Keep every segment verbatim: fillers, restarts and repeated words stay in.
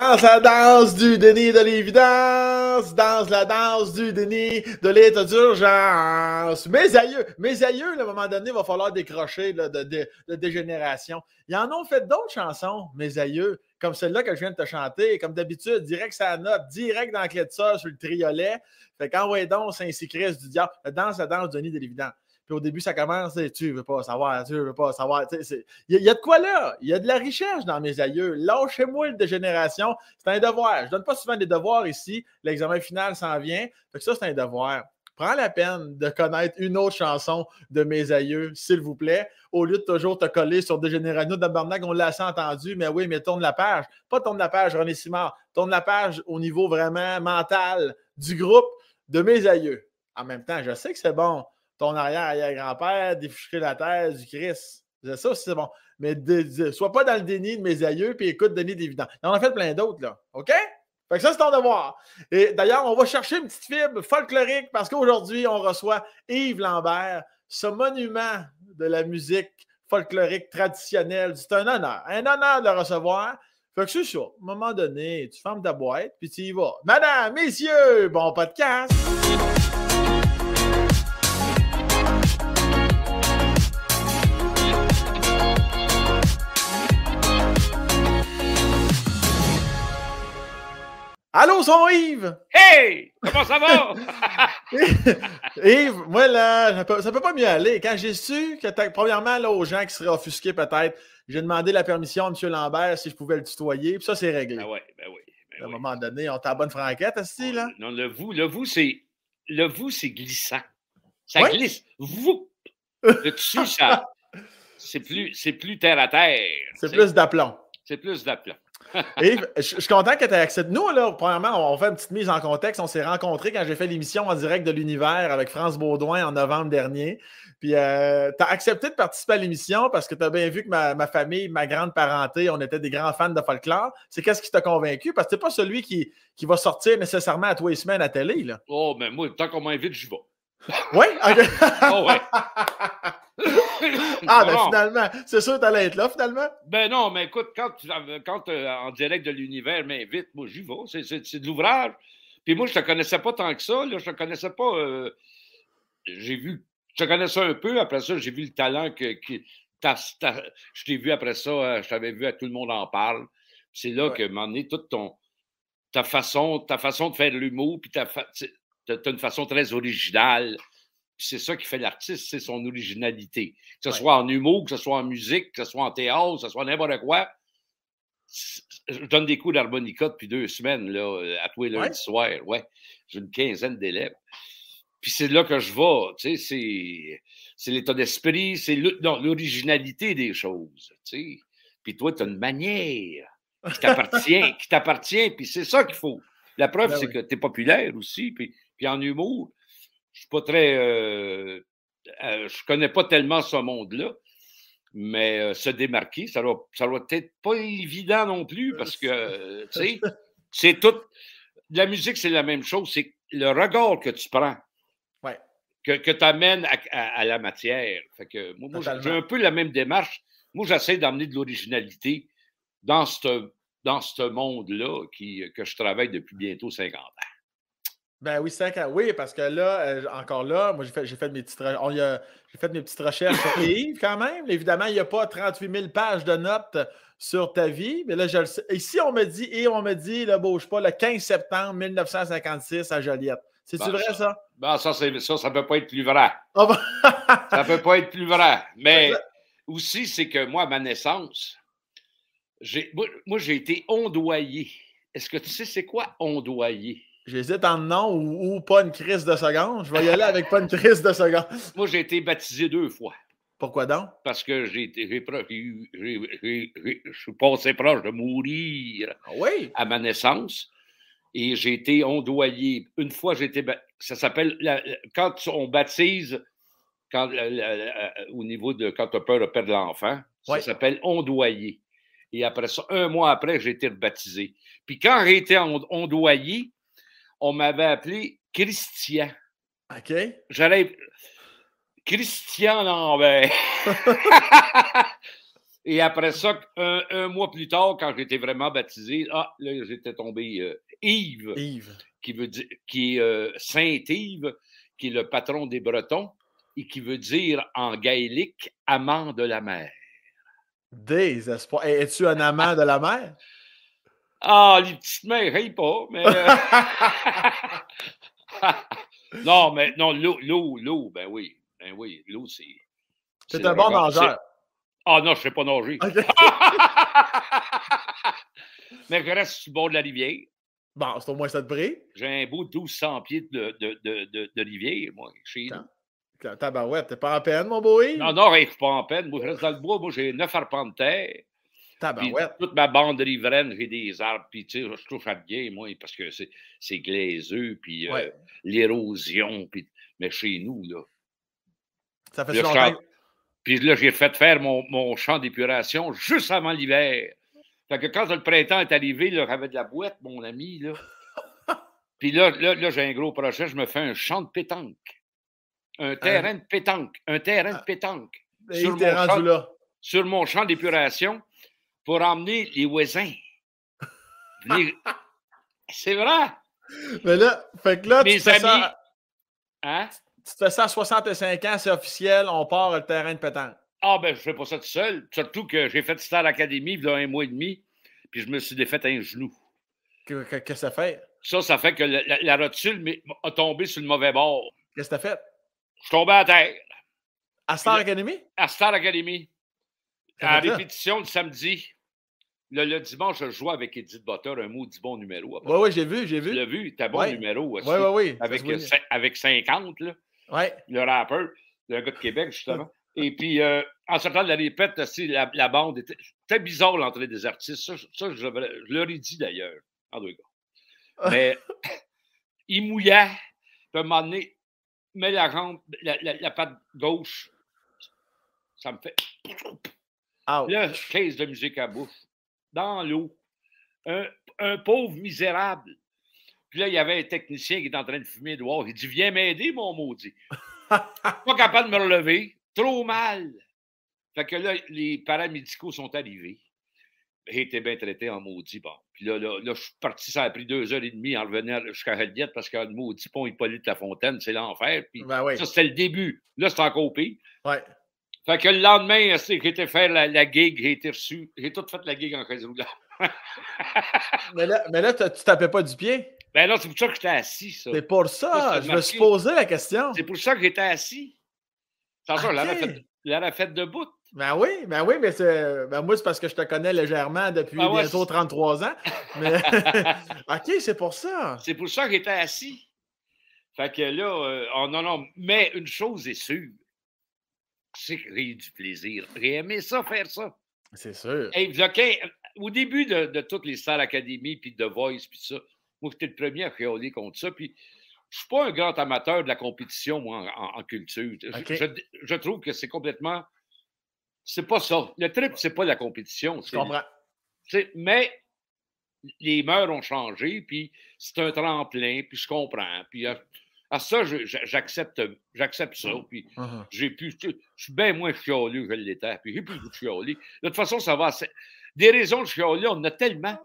Danse la danse du déni de l'évidence, danse la danse du déni de l'état d'urgence. Mes aïeux, mes aïeux, là, à un moment donné, il va falloir décrocher là, de, de, de dégénération. Ils en ont fait d'autres chansons, mes aïeux, comme celle-là que je viens de te chanter, comme d'habitude, direct sa note, direct dans la clé de ça sur le triolet. Fait qu'envoyez donc Saint-Sicrest du diable, danse la danse du déni de l'évidence. Puis au début, ça commence, tu veux pas savoir, tu veux pas savoir. Il y, y a de quoi là? Il y a de la richesse dans mes aïeux. Lâchez-moi le dégénération. C'est un devoir. Je donne pas souvent des devoirs ici. L'examen final s'en vient. Fait que ça, c'est un devoir. Prends la peine de connaître une autre chanson de mes aïeux, s'il vous plaît, au lieu de toujours te coller sur Dégénérano de Barnac. On l'a assez entendu, mais oui, mais tourne la page. Pas tourne la page, René Simard. Tourne la page au niveau vraiment mental du groupe de mes aïeux. En même temps, je sais que c'est bon. Ton arrière-arrière-grand-père, défricher la terre du Christ. Ça aussi, c'est bon. Mais de, de, sois pas dans le déni de mes aïeux, puis écoute Denis d'évident. On en a fait plein d'autres, là. OK? Fait que ça, c'est ton devoir. Et d'ailleurs, on va chercher une petite fibre folklorique parce qu'aujourd'hui, on reçoit Yves Lambert, ce monument de la musique folklorique traditionnelle. C'est un honneur. Un honneur de le recevoir. Fait que c'est ça. À un moment donné, tu fermes ta boîte, puis tu y vas. Madame, messieurs, bon podcast! Allô, son Yves! Hey! Comment ça va? Yves, moi, là, ça peut, ça peut pas mieux aller. Quand j'ai su que, premièrement, là, aux gens qui seraient offusqués, peut-être, j'ai demandé la permission à M. Lambert si je pouvais le tutoyer, puis ça, c'est réglé. Ben oui, ben oui. Ben à un oui. moment donné, on t'a la bonne franquette, aussi, là? Non, le vous, le vous, c'est, le vous, c'est glissant. Ça oui? glisse. Vous! Le dessus, ça, c'est plus, c'est plus terre à terre. C'est plus d'aplomb. C'est plus d'aplomb. Yves, je suis content que tu aies accepté. Nous, là, premièrement, on fait une petite mise en contexte. On s'est rencontrés quand j'ai fait l'émission en direct de l'Univers avec France Baudouin en novembre dernier. Puis, euh, tu as accepté de participer à l'émission parce que tu as bien vu que ma, ma famille, ma grande parenté, on était des grands fans de folklore. C'est qu'est-ce qui t'a convaincu? Parce que tu n'es pas celui qui, qui va sortir nécessairement à tous les semaines à télé, là. Oh, mais moi, tant qu'on m'invite, j'y vais. Oui? OK. Oh, ouais. Ah, ben finalement, c'est sûr que tu allais être là, finalement. Ben non, mais écoute, quand, quand euh, en direct de l'Univers m'invite, moi, j'y vais. C'est, c'est, c'est de l'ouvrage. Puis moi, je te connaissais pas tant que ça. Là, je te connaissais pas. Euh, j'ai vu. Je te connaissais un peu. Après ça, j'ai vu le talent que. que t'as, t'as, je t'ai vu après ça. Euh, je t'avais vu à Tout le monde en parle. Puis c'est là ouais. que, à un moment donné, toute ton. Ta façon, ta façon de faire de l'humour, puis ta fa... t'as une façon très originale. C'est ça qui fait l'artiste, c'est son originalité. Que ce ouais. soit en humour, que ce soit en musique, que ce soit en théâtre, que ce soit n'importe quoi. Je donne des cours d'harmonica depuis deux semaines, là, à tous les lundis ouais. soirs. Ouais. J'ai une quinzaine d'élèves. Puis c'est là que je vais. Tu sais, c'est, c'est l'état d'esprit, c'est l'originalité des choses. Tu sais. Puis toi, tu as une manière qui t'appartient, qui t'appartient, puis c'est ça qu'il faut. La preuve, ben c'est oui. que tu es populaire aussi, puis, puis en humour. Je suis pas très. Euh, euh, je connais pas tellement ce monde-là, mais euh, se démarquer, ça doit, ça doit être pas évident non plus parce que, euh, tu sais, c'est tout. La musique, c'est la même chose. C'est le regard que tu prends, ouais. que, que tu amènes à, à, à la matière. Fait que moi, moi j'ai un peu la même démarche. Moi, j'essaie d'amener de l'originalité dans ce dans ce monde-là qui, que je travaille depuis bientôt cinquante ans. Ben oui, cinq ans. Oui, parce que là, euh, encore là, moi, j'ai fait, j'ai fait mes petites, on y a, j'ai fait mes petites recherches sur Yves quand même. Évidemment, il n'y a pas trente-huit mille pages de notes sur ta vie. Mais là, je le sais. Ici, on me dit, et on me dit, là, bouge pas, le quinze septembre mille neuf cent cinquante-six à Joliette. C'est-tu ben, vrai, ça? Ça, ben, ça, c'est, ça, ça peut pas être plus vrai. Oh, ben... ça peut pas être plus vrai. Mais aussi, c'est que moi, à ma naissance, j'ai, moi, moi, j'ai été ondoyé. Est-ce que tu sais c'est quoi ondoyé? J'hésite en nom ou, ou pas une crise de seconde. Je vais y aller avec pas une crise de seconde. Moi, j'ai été baptisé deux fois. Pourquoi donc? Parce que j'ai été, j'ai, j'ai, j'ai, j'ai, je suis passé proche de mourir ah oui? à ma naissance. Et j'ai été ondoyé. Une fois, j'ai été... Ça s'appelle... La, quand on baptise, quand, la, la, la, au niveau de... Quand tu as peur de perdre l'enfant, oui. ça s'appelle ondoyé. Et après ça, un mois après, j'ai été rebaptisé. Puis quand j'ai été ondoyé, on m'avait appelé Christian. OK. J'allais... Christian Lambert. Et après ça, un, un mois plus tard, quand j'étais vraiment baptisé, ah, là, j'étais tombé euh, Yves, Yves. qui veut dire, qui est euh, Saint-Yves, qui est le patron des Bretons, et qui veut dire en gaélique amant de la mer. Des espoirs. Et es-tu un amant de la mer? Ah, les petites mains, rient pas, mais. non, mais non, l'eau, l'eau, l'eau, ben oui. Ben oui, l'eau, c'est. C'est un bon nageur. Ah non, je ne sais pas nager. Okay. Mais je reste sur le bord de la rivière. Bon, c'est au moins ça de prix. J'ai un beau douze cents pieds de, de, de, de, de rivière, moi, chez nous. Tabarouette, t'es pas en peine, mon beau Yves? Non, non, je suis pas en peine. Moi, je reste dans le bois. Moi, j'ai neuf arpents de terre. Tabarouette. Toute ma bande riveraine, j'ai des arbres. Puis, tu sais, je touche à bien, moi, parce que c'est, c'est glaiseux. Puis, ouais. euh, l'érosion. Puis, mais chez nous, là. Ça fait longtemps. Champ... Puis là, j'ai fait faire mon, mon champ d'épuration juste avant l'hiver. Fait que quand le printemps est arrivé, là, j'avais de la boîte, mon ami, là. Puis là, là, là j'ai un gros projet. Je me fais un champ de pétanque. Un terrain euh... de pétanque. Un terrain de pétanque. Et sur, mon champ, là. sur mon champ d'épuration pour emmener les voisins. Les... C'est vrai. Mais là, fait que là, mes tu fais amis... ça... Hein? Tu fais ça à soixante-cinq ans, c'est officiel, on part le terrain de pétanque. Ah, ben, je fais pas ça tout seul. Surtout que j'ai fait Star Academy il y a un mois et demi, puis je me suis défait un genou. Qu'est-ce que ça fait? Ça, ça fait que la, la, la rotule a tombé sur le mauvais bord. Qu'est-ce que t'as fait? Je suis tombé à terre. À Star Academy? À Star Academy. À la répétition le samedi. Le, le dimanche, je jouais avec Edith Butter, un maudit bon numéro. Oui, oui, j'ai vu, j'ai vu. Tu l'as vu, t'as bon ouais. numéro aussi. Oui, oui, oui. Avec, euh, avec cinquante, là. Oui. Le rappeur, le gars de Québec, justement. Et puis, euh, en sortant de la répète, aussi, la, la bande était... C'était bizarre, l'entrée des artistes. Ça, ça je, je leur ai dit, d'ailleurs, en deux gars. Mais il mouillait. Puis, à un moment donné, met la rampe, la, la, la patte gauche, ça me fait... Ouch. Là, caisse de musique à bouche. Dans l'eau. Un, un pauvre misérable. Puis là, il y avait un technicien qui était en train de fumer dehors. Il dit, viens m'aider, mon maudit. Pas capable de me relever. Trop mal. Fait que là, les paramédicaux sont arrivés. J'ai été bien traité en maudit. Bon. Puis là, là, là, je suis parti, ça a pris deux heures et demie en revenant jusqu'à Hellgate parce qu'il y a un maudit pont Hippolyte Lafontaine, c'est l'enfer. Puis ben oui. Ça, c'était le début. Là, c'est encore pire. Ouais. Fait que le lendemain, j'ai été faire la, la gig, j'ai été reçu. J'ai tout fait la gig en chaise roulante. mais là, mais là tu tapais pas du pied? Ben là, c'est pour ça que j'étais assis, ça. C'est pour ça, ça je me suis posé la question. C'est pour ça que j'étais assis. Sans ça, okay. je l'aurais fait debout. Ben oui, ben oui, mais c'est, ben moi, c'est parce que je te connais légèrement depuis ben ouais, bientôt c'est... trente-trois ans. Mais... OK, c'est pour ça. C'est pour ça que j'étais assis. Fait que là, euh, oh non, non, mais une chose est sûre, c'est que j'ai eu du plaisir. J'ai aimé ça, faire ça. C'est sûr. Hey, okay, au début de, de toutes les Star Academy, puis de Voice, puis ça, moi, j'étais le premier à créoler contre ça, puis je suis pas un grand amateur de la compétition, moi, en, en, en culture. Okay. Je, je, je trouve que c'est complètement... C'est pas ça. Le trip, c'est pas la compétition. Je comprends. Mais les mœurs ont changé, puis c'est un tremplin, puis je comprends. Puis à, à ça, je, j'accepte, j'accepte ça. Puis uh-huh. j'ai pu... Je suis bien moins chialeux que je l'étais, puis j'ai plus de chialer. De toute façon, ça va... Assez, des raisons de chialer, on en a tellement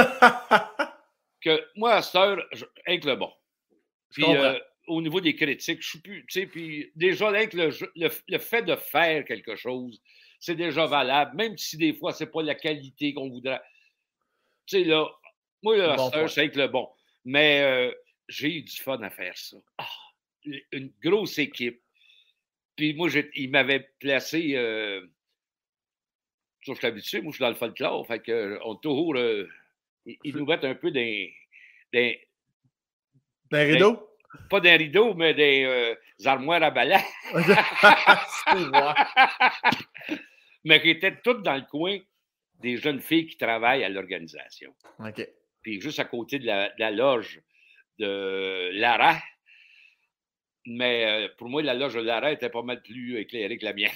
que moi, à cette heure, je, avec le bon. Puis euh, au niveau des critiques, je suis plus... Tu sais, puis déjà, avec le, le, le fait de faire quelque chose, c'est déjà valable, même si des fois, c'est pas la qualité qu'on voudrait. Tu sais, là, moi, là, bon c'est avec le bon. Mais euh, j'ai eu du fun à faire ça. Ah, une grosse équipe. Puis moi, il m'avait placé... Euh, je suis habitué, moi, je suis dans le folklore. Fait qu'on toujours... Euh, ils, ils nous mettent un peu des... Des, des rideaux? Des, pas des rideaux, mais des euh, armoires à balai. Mais qui étaient toutes dans le coin des jeunes filles qui travaillent à l'organisation. OK. Puis juste à côté de la, de la loge de Lara. Mais euh, pour moi, la loge de Lara était pas mal plus éclairée que la mienne.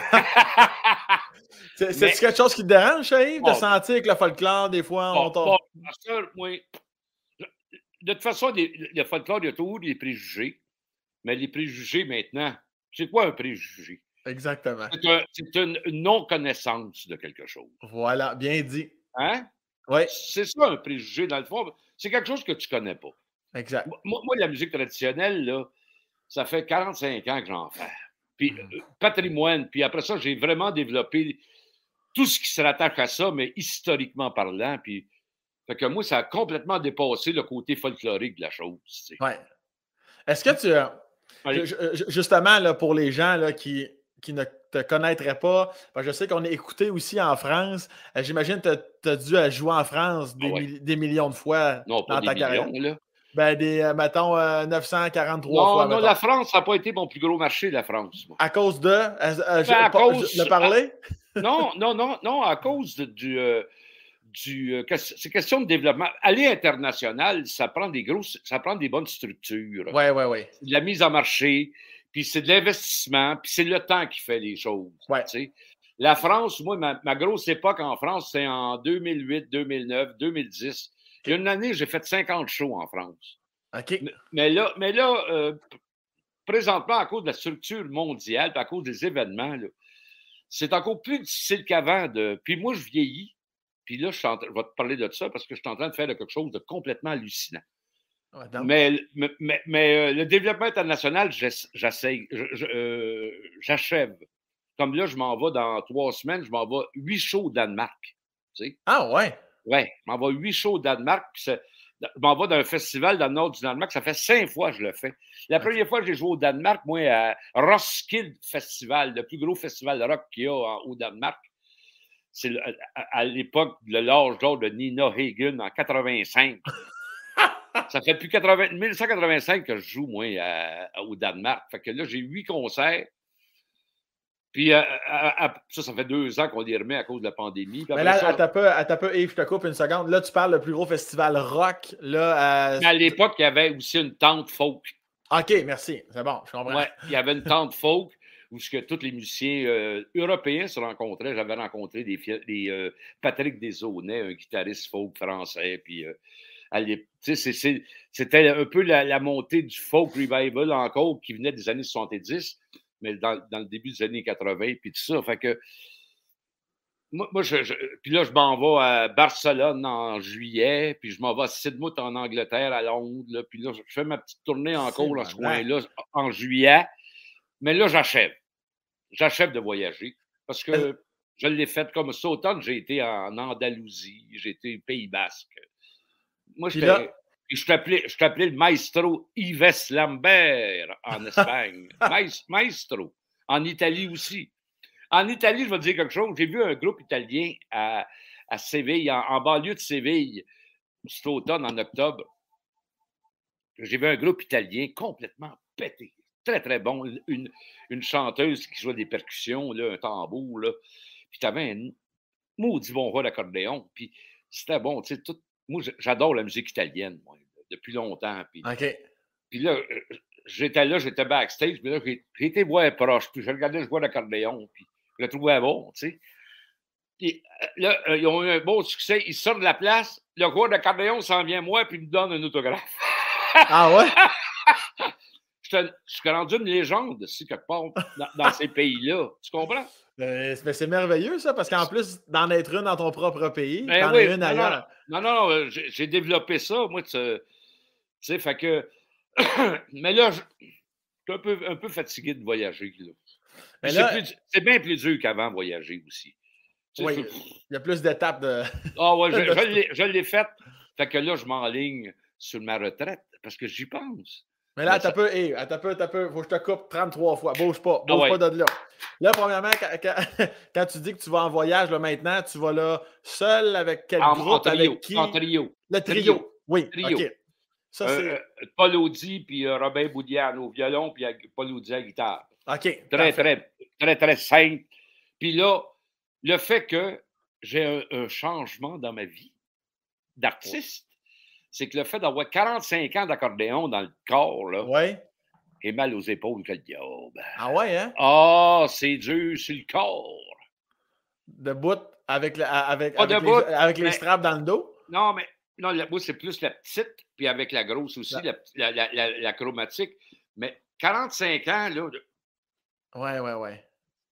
c'est c'est mais, quelque chose qui te dérange, Yves, bon, de sentir que le folklore, des fois, bon, on tombe... Bon, parce que, moi, de toute façon, les, le folklore, il y a toujours des préjugés. Mais les préjugés, maintenant, c'est quoi un préjugé? Exactement. C'est un, c'est une non-connaissance de quelque chose. Voilà, bien dit. Hein? Oui, C'est ça un préjugé, dans le fond. C'est quelque chose que tu connais pas. exact. Moi, moi, la musique traditionnelle, là, ça fait quarante-cinq ans que j'en fais. Puis Mhm. euh, patrimoine, puis après ça, j'ai vraiment développé tout ce qui se rattache à ça, mais historiquement parlant. Puis, fait que moi, ça a complètement dépassé le côté folklorique de la chose. Tu sais. Ouais. Est-ce que tu. euh, Allez. ju- ju- Justement, là, pour les gens là, qui, qui ne te connaîtraient pas, parce que je sais qu'on est écouté aussi en France. euh, J'imagine que tu as dû euh, jouer en France Ah des, ouais. milli- des millions de fois Non, pas dans des ta carrière. millions, là. Ben, des, euh, mettons, euh, neuf cent quarante-trois Non, fois, non, mettons. la France, ça n'a pas été mon plus gros marché, la France, moi. À cause de. euh, euh, je- Ben, à pas- je- le cause. à- parler? non, non, non, non, à cause de- du. euh, du euh, que- c'est question de développement. Aller international, ça prend des grosses, ça prend des bonnes structures. Ouais, ouais, ouais. C'est de la mise en marché, puis c'est de l'investissement, puis c'est le temps qui fait les choses. Ouais. Tu sais. La France, moi, ma, ma grosse époque en France, c'est en deux mille huit, deux mille neuf, deux mille dix. Il y a une année, j'ai fait cinquante shows en France. OK. Mais, mais là, mais là euh, présentement, à cause de la structure mondiale, puis à cause des événements, là, c'est encore plus difficile qu'avant. De... Puis moi, je vieillis. Puis là, je, suis en... je vais te parler de ça parce que je suis en train de faire quelque chose de complètement hallucinant. Ouais, donc. Mais, mais, mais, mais, euh, le développement international, j'essaie, euh, j'achève. Comme là, je m'en vais dans trois semaines, je m'en vais huit shows au Danemark. Tu sais? Ah ouais? Ouais, je m'en vais huit shows au Danemark. Puis je m'en vais dans un festival dans le nord du Danemark. Ça fait cinq fois que je le fais. La première okay. fois que j'ai joué au Danemark, moi, à Roskilde Festival, le plus gros festival de rock qu'il y a en, au Danemark. C'est à, à l'époque de l'âge d'or de Nina Hagen en quatre-vingt-cinq. Ça fait depuis mille neuf cent quatre-vingt-cinq que je joue, moi, à, à, au Danemark. Fait que là, j'ai huit concerts. Puis à, à, à, ça, ça fait deux ans qu'on les remet à cause de la pandémie. Mais là, ça, attends un peu, attends un peu, Yves, je te coupe une seconde. Là, tu parles le plus gros festival rock. Là, à, à l'époque, il y avait aussi une tente folk. OK, merci. C'est bon, je comprends. Ouais, il y avait une tente folk où ce que tous les musiciens euh, européens se rencontraient. J'avais rencontré des, des euh, Patrick Desaulnay, un guitariste folk français. Puis, euh, c'était un peu la, la montée du folk revival encore qui venait des années soixante-dix, mais dans, dans le début des années quatre-vingts, puis tout ça. Fait que moi, moi je, je, puis là, je m'en vais à Barcelone en juillet, puis je m'en vais à Sidmouth en Angleterre, à Londres, là, puis là, je fais ma petite tournée encore dans ce coin-là en juillet. Mais là, j'achève. J'achève de voyager parce que je l'ai fait comme ça. Automne, j'ai été en Andalousie, j'ai été au Pays Basque. Moi, je t'appelais le maestro Yves Lambert en Espagne. Maestro. En Italie aussi. En Italie, je vais te dire quelque chose. J'ai vu un groupe italien à, à Séville, en, en banlieue de Séville, cet automne, en octobre. J'ai vu un groupe italien complètement pété. Très, très bon. Une, une chanteuse qui jouait des percussions, là, un tambour. Là. Puis tu avais un maudit bon rôle d'accordéon. Puis c'était bon. Tu sais, tout. Moi, j'adore la musique italienne, moi, depuis longtemps. Puis, OK. Puis là, j'étais là, j'étais backstage. Puis là, j'ai été voir proche. Puis je regardais le joueur d'accordéon. Puis je le trouvais bon, tu sais. Puis là, ils ont eu un beau succès. Ils sortent de la place. Le joueur d'accordéon s'en vient moi, puis il me donne un autographe. Ah ouais? Je suis rendu une légende ici, quelque part, dans, dans ces pays-là. Tu comprends? Euh, c'est merveilleux, ça, parce qu'en plus d'en être une dans ton propre pays, ben t'en oui, es une non, ailleurs. Non, non, non, j'ai développé ça, moi, tu sais, fait que... Mais là, je suis un peu, un peu fatigué de voyager, là. C'est bien plus dur qu'avant, voyager aussi. Oui, il y a plus d'étapes de... Ah ouais, je, je l'ai fait. Fait que là, je m'enligne sur ma retraite, parce que j'y pense. Mais là, t'as peu, hey, t'as peu, t'as peu, faut que je te coupe trente-trois fois. Bouge pas, bouge ah ouais. pas de là. Là, premièrement, quand, quand, quand tu dis que tu vas en voyage, là, maintenant, tu vas là seul avec quel en, groupe, en trio, avec qui? En trio. Le trio. trio. Oui, trio. OK. Ça, c'est... Euh, Paul Audi puis euh, Robin Boudiane au violon puis Paul Audi à la guitare. OK. Très, très, très, très, très simple. Puis là, le fait que j'ai un, un changement dans ma vie d'artiste, c'est que le fait d'avoir quarante-cinq ans d'accordéon dans le corps, là, ouais. et mal aux épaules que le diable. Ah ouais, hein? Ah, oh, c'est dur sur le corps. Debout avec, la, avec, Pas avec, debout, les, avec mais, les straps dans le dos? Non, mais non, la, moi, c'est plus la petite, puis avec la grosse aussi, la, la, la, la, la chromatique. Mais quarante-cinq ans, là... Ouais, ouais, ouais.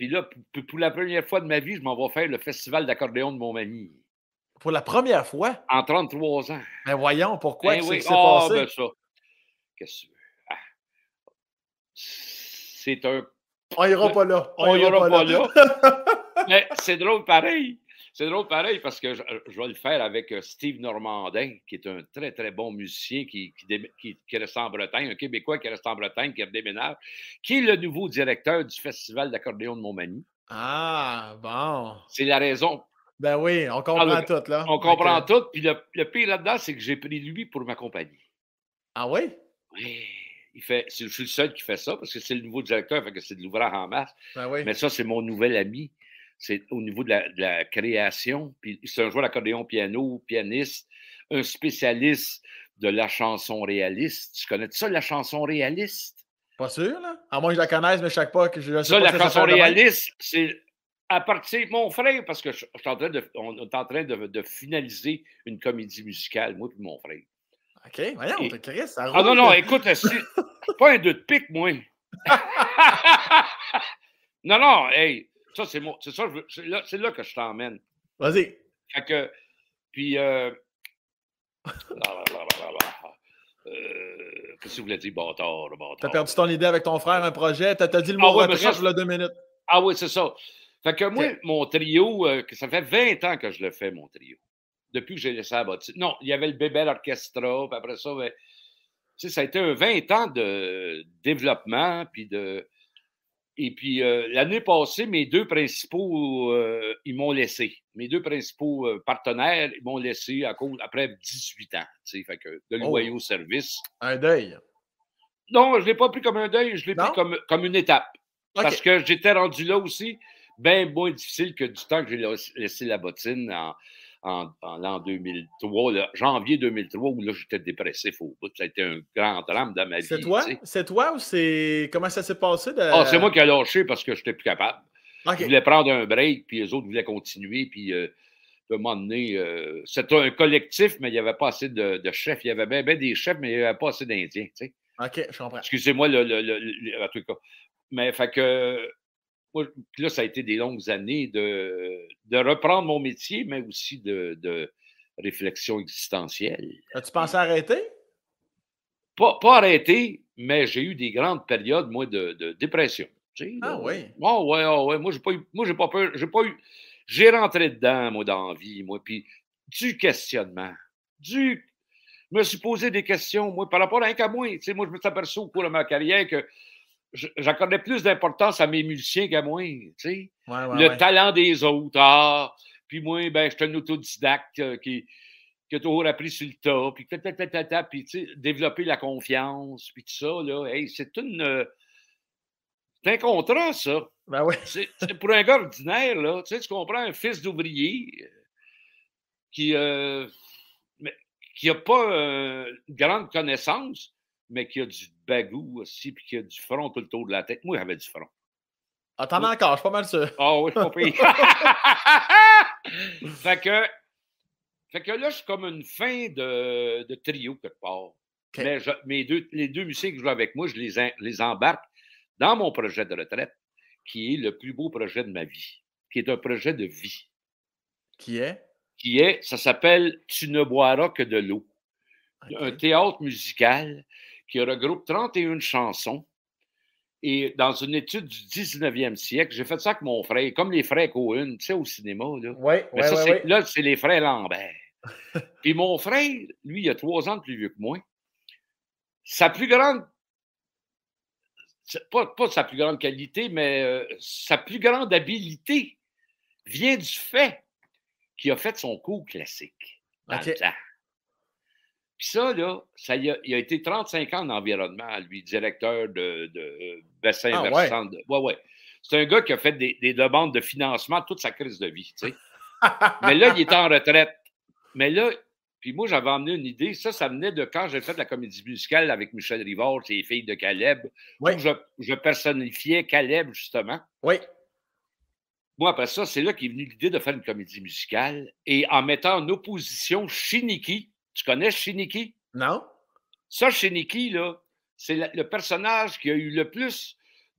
Puis là, pour, pour la première fois de ma vie, je m'en vais faire le festival d'accordéon de Montmagny. Pour la première fois? En trente-trois ans. Mais voyons, pourquoi? Ben Qu'est-ce oui. qui s'est Ah, passé? ben ça. Qu'est-ce que tu veux? Ah. C'est un... On ira pas là. On, on ira, ira pas, pas là. là. Mais c'est drôle pareil. C'est drôle pareil parce que je, je vais le faire avec Steve Normandin, qui est un très, très bon musicien qui, qui, qui, qui reste en Bretagne, un Québécois qui reste en Bretagne, qui redéménage, qui est le nouveau directeur du Festival d'accordéon de Montmagny. Ah, bon. C'est la raison. Ben oui, on comprend Alors, tout, là. On comprend okay. tout. Puis le, le pire là-dedans, c'est que j'ai pris lui pour m'accompagner. Ah oui? Oui. Il fait, je suis le seul qui fait ça parce que c'est le nouveau directeur, fait que c'est de l'ouvrage en masse. Ben oui. Mais ça, c'est mon nouvel ami. C'est au niveau de la, de la création. Puis c'est un joueur d'accordéon piano, pianiste, un spécialiste de la chanson réaliste. Tu connais ça, la chanson réaliste? Pas sûr, là? À moins que je la connaisse, mais je ne sais pas que je sais ça, pas la chanson réaliste, c'est à partir de mon frère, parce que je, je suis en train de, on est en train de, de finaliser une comédie musicale, moi et mon frère. OK, voyons, et... Chris, ça roule. Ah non, non, écoute, c'est pas un deux de pique, moi. non, non, hey, ça, c'est moi. C'est ça, c'est là, c'est là que je t'emmène. Vas-y. Fait que, puis, euh... Euh, qu'est-ce que vous voulez dire, bâtard, bâtard? T'as perdu ton idée avec ton frère, un projet, t'as dit le mot ah, retraite, il y a deux minutes. Ah oui, c'est ça. Fait que moi, okay. mon trio, euh, ça fait vingt ans que je le fais, mon trio. Depuis que j'ai laissé la bottine. Non, il y avait le Bébel Orchestra, puis après ça, ben, tu sais, ça a été un vingt ans de développement, puis de... Et puis, euh, l'année passée, mes deux principaux, euh, ils m'ont laissé. Mes deux principaux euh, partenaires, ils m'ont laissé à cause, après dix-huit ans, tu sais, fait que de loyaux oh. services. Un deuil? Non, je ne l'ai pas pris comme un deuil, je l'ai pris comme, comme une étape. Okay. Parce que j'étais rendu là aussi, bien moins difficile que du temps que j'ai laissé la bottine en, en, en l'an deux mille trois, là, janvier deux mille trois, où là, j'étais dépressif au bout. Ça a été un grand drame dans ma vie. C'est toi? C'est toi ou c'est... Comment ça s'est passé? De... Ah, c'est moi qui ai lâché parce que je n'étais plus capable. Okay. Je voulais prendre un break, puis les autres voulaient continuer, puis euh, à un moment donné, euh, c'était un collectif, mais il n'y avait pas assez de, de chefs. Il y avait bien ben des chefs, mais il n'y avait pas assez d'Indiens, tu sais. OK, je comprends. Excusez-moi, le, le, le, le, en tout cas. Mais, fait que... Moi, là, ça a été des longues années de, de reprendre mon métier, mais aussi de, de réflexion existentielle. As-tu pensé arrêter? Pas, pas arrêter, mais j'ai eu des grandes périodes, moi, de, de dépression. Tu sais, ah là. oui? Oh, ouais, oh, ouais. Moi, j'ai pas eu, moi, j'ai pas peur. J'ai pas eu. J'ai rentré dedans, moi, dans la vie, moi, puis du questionnement. Du. Je me suis posé des questions, moi, par rapport à un qu'à moi. Tu sais, moi, je me suis aperçu au cours de ma carrière que j'accordais plus d'importance à mes musiciens qu'à moi, tu sais. Ouais, ouais, le ouais. talent des autres, ah, puis moi, ben, je suis un autodidacte euh, qui, qui a toujours appris sur le tas, puis ta, ta, ta, ta, ta, puis tu sais, développer la confiance, puis tout ça, là, hey, c'est une... Euh, c'est un contrat, ça. Ben oui. c'est, c'est pour un gars ordinaire, là, tu sais, tu comprends, un fils d'ouvrier qui... Euh, mais, qui n'a pas euh, une grande connaissance, mais qui a du bagou aussi, puis qui a du front tout le tour de la tête. Moi, j'avais du front. Ah, t'en as encore, je suis pas mal sûr. Ah oui, je suis pas payé. fait que, fait que là, je suis comme une fin de, de trio quelque part. Okay. Mais je, mes deux, les deux musiciens que je joue avec moi, je les, les embarque dans mon projet de retraite, qui est le plus beau projet de ma vie, qui est un projet de vie. Qui est? Qui est, ça s'appelle « Tu ne boiras que de l'eau ». Okay. Un théâtre musical qui regroupe trente et une chansons. Et dans une étude du dix-neuvième siècle, j'ai fait ça avec mon frère, comme les frères Cohen, tu sais, au cinéma. Là, oui, mais oui, ça, oui, c'est, oui. Là, c'est les frères Lambert. Puis mon frère, lui, il a trois ans de plus vieux que moi. Sa plus grande, pas, pas sa plus grande qualité, mais euh, sa plus grande habileté vient du fait qu'il a fait son cours classique dans okay. le temps. Puis ça, là, ça y a, il a été trente-cinq ans en environnement, lui, directeur de, de bassin ah, versant. Ouais. De, ouais, ouais. C'est un gars qui a fait des, des demandes de financement toute sa crise de vie, tu sais. Mais là, il est en retraite. Mais là, puis moi, j'avais emmené une idée. Ça, ça venait de quand j'ai fait la comédie musicale avec Michel Rivard, les filles de Caleb, oui. où je, je personnifiais Caleb, justement. Oui. Moi, après ça, c'est là qu'est venue l'idée de faire une comédie musicale et en mettant en opposition Shiniki. Tu connais Shiniki? Non. Ça, Shiniki, là, c'est la, le personnage qui a eu le plus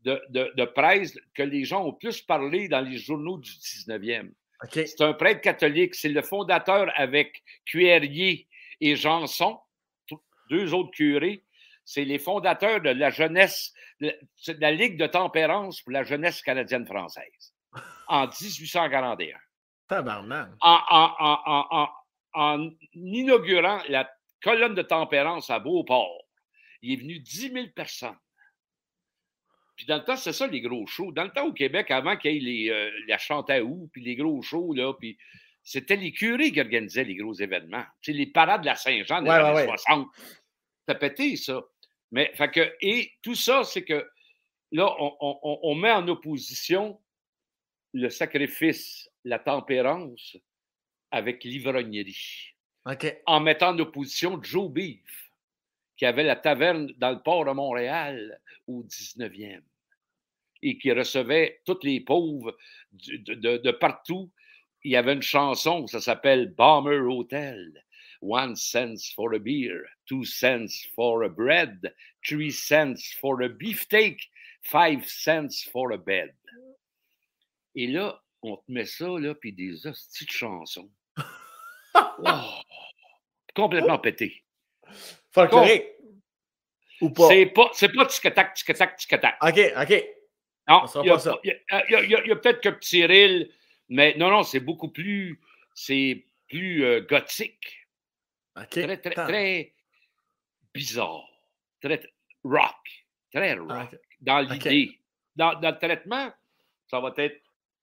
de, de, de presse que les gens ont plus parlé dans les journaux du dix-neuvième. Okay. C'est un prêtre catholique. C'est le fondateur avec Cuerrier et Janson, deux autres curés. C'est les fondateurs de la jeunesse, de la Ligue de tempérance pour la jeunesse canadienne-française en dix-huit cent quarante et un. Tabarnak. En, en, en, en, en, en inaugurant la colonne de tempérance à Beauport, il est venu dix mille personnes. Puis dans le temps, c'est ça, les gros shows. Dans le temps, au Québec, avant qu'il y ait les, euh, la Chantaou, puis les gros shows, là, puis c'était les curés qui organisaient les gros événements. Tu sais, les parades de la Saint-Jean des ouais, années ouais, soixante. Ça pété, ça. Mais, fait que, et tout ça, c'est que là, on, on, on met en opposition le sacrifice, la tempérance avec l'ivrognerie. Okay. En mettant en opposition Joe Beef, qui avait la taverne dans le port de Montréal au dix-neuvième et qui recevait tous les pauvres de, de, de partout. Il y avait une chanson, ça s'appelle Bomber Hotel. One cent for a beer, two cents for a bread, three cents for a beefsteak, five cents for a bed. Et là, on te met ça, là, puis des hosties de chansons. Oh, complètement pété. Folklorique. Ou pas? C'est pas, c'est pas tic-tac, tic-tac, tic-tac. OK, OK. Non, il y a, a, a, a, a peut-être que Cyril, mais non, non, c'est beaucoup plus, c'est plus euh, gothique. Okay. Très, très, très bizarre. Très, très rock. Très rock. Okay. Dans l'idée. Okay. Dans, dans le traitement, ça va être,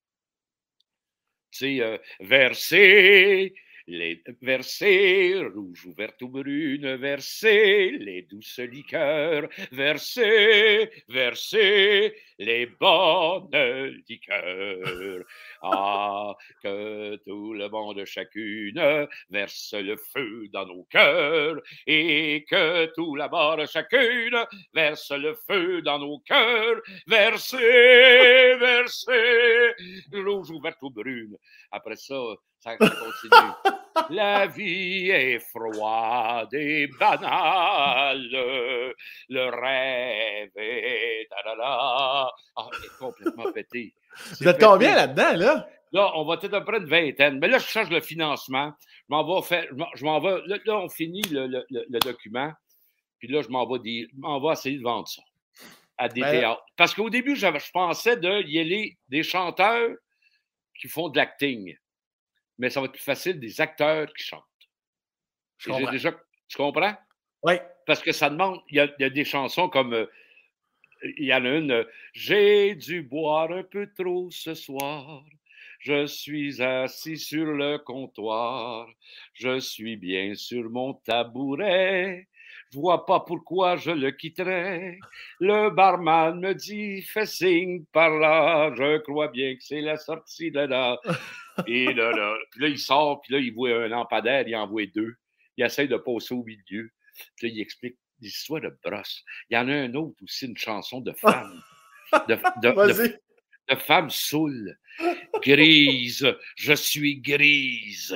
tu sais, euh, verser, les versés, rouge ou verte ou brune, versés, les douces liqueurs, versés, versés, les bonnes liqueurs. Ah, que tout le monde chacune verse le feu dans nos cœurs, et que tout la barre chacune verse le feu dans nos cœurs, versés, versés, rouge ou verte ou brune. Après ça, ça, ça continue. La vie est froide et banale, le rêve est... Ah, il est complètement pété. Vous êtes combien là-dedans, là? Là, on va être à peu près une vingtaine. Mais là, je change le financement. Je m'en vais faire... Je m'en vais... Là, là, on finit le, le, le document. Puis là, je m'en vais, dire, je m'en vais essayer de vendre ça à des ben... théâtres. Parce qu'au début, je pensais de y aller des chanteurs qui font de l'acting. Mais ça va être plus facile des acteurs qui chantent. Je comprends. Déjà, tu comprends? Oui. Parce que ça demande, il y a, il y a des chansons comme, euh, il y en a une, euh, j'ai dû boire un peu trop ce soir, je suis assis sur le comptoir, je suis bien sur mon tabouret, je vois pas pourquoi je le quitterais. Le barman me dit, fais signe par là, je crois bien que c'est la sortie de là. Et là, là, puis là, il sort, puis là, il voit un lampadaire, il en voit deux. Il essaie de passer au milieu. Puis là, il explique l'histoire de brosse. Il y en a un autre aussi, une chanson de femme. De, de, de, de femme saoule. Grise, je suis grise.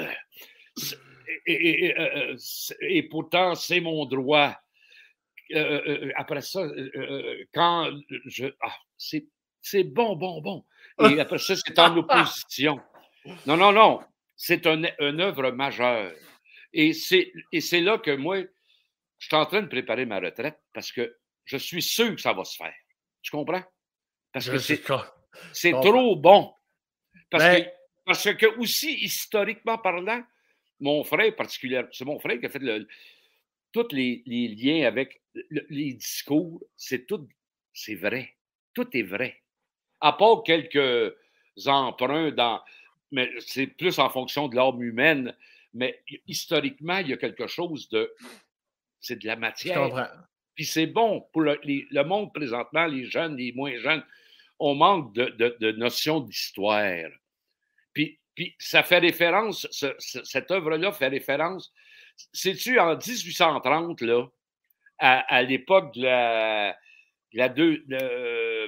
Et, et, et, et pourtant, c'est mon droit. Euh, euh, après ça, euh, quand je... Ah, c'est, c'est bon, bon, bon. Et après ça, c'est en opposition. Non, non, non. C'est un, une œuvre majeure. Et c'est, et c'est là que moi, je suis en train de préparer ma retraite parce que je suis sûr que ça va se faire. Tu comprends? Parce que c'est, c'est trop bon. Parce, Mais... que, parce que aussi, historiquement parlant, mon frère particulièrement, c'est mon frère qui a fait le, tous les, les liens avec le, les discours. C'est tout, c'est vrai. Tout est vrai. À part quelques emprunts dans... Mais c'est plus en fonction de l'âme humaine. Mais historiquement, il y a quelque chose de... C'est de la matière. Je comprends. Puis c'est bon pour le, les, le monde présentement, les jeunes, les moins jeunes. On manque de, de, de notions d'histoire. Puis, puis ça fait référence, ce, ce, cette œuvre-là fait référence, sais-tu, en dix-huit cent trente, là, à, à l'époque de la, la deux... De, euh,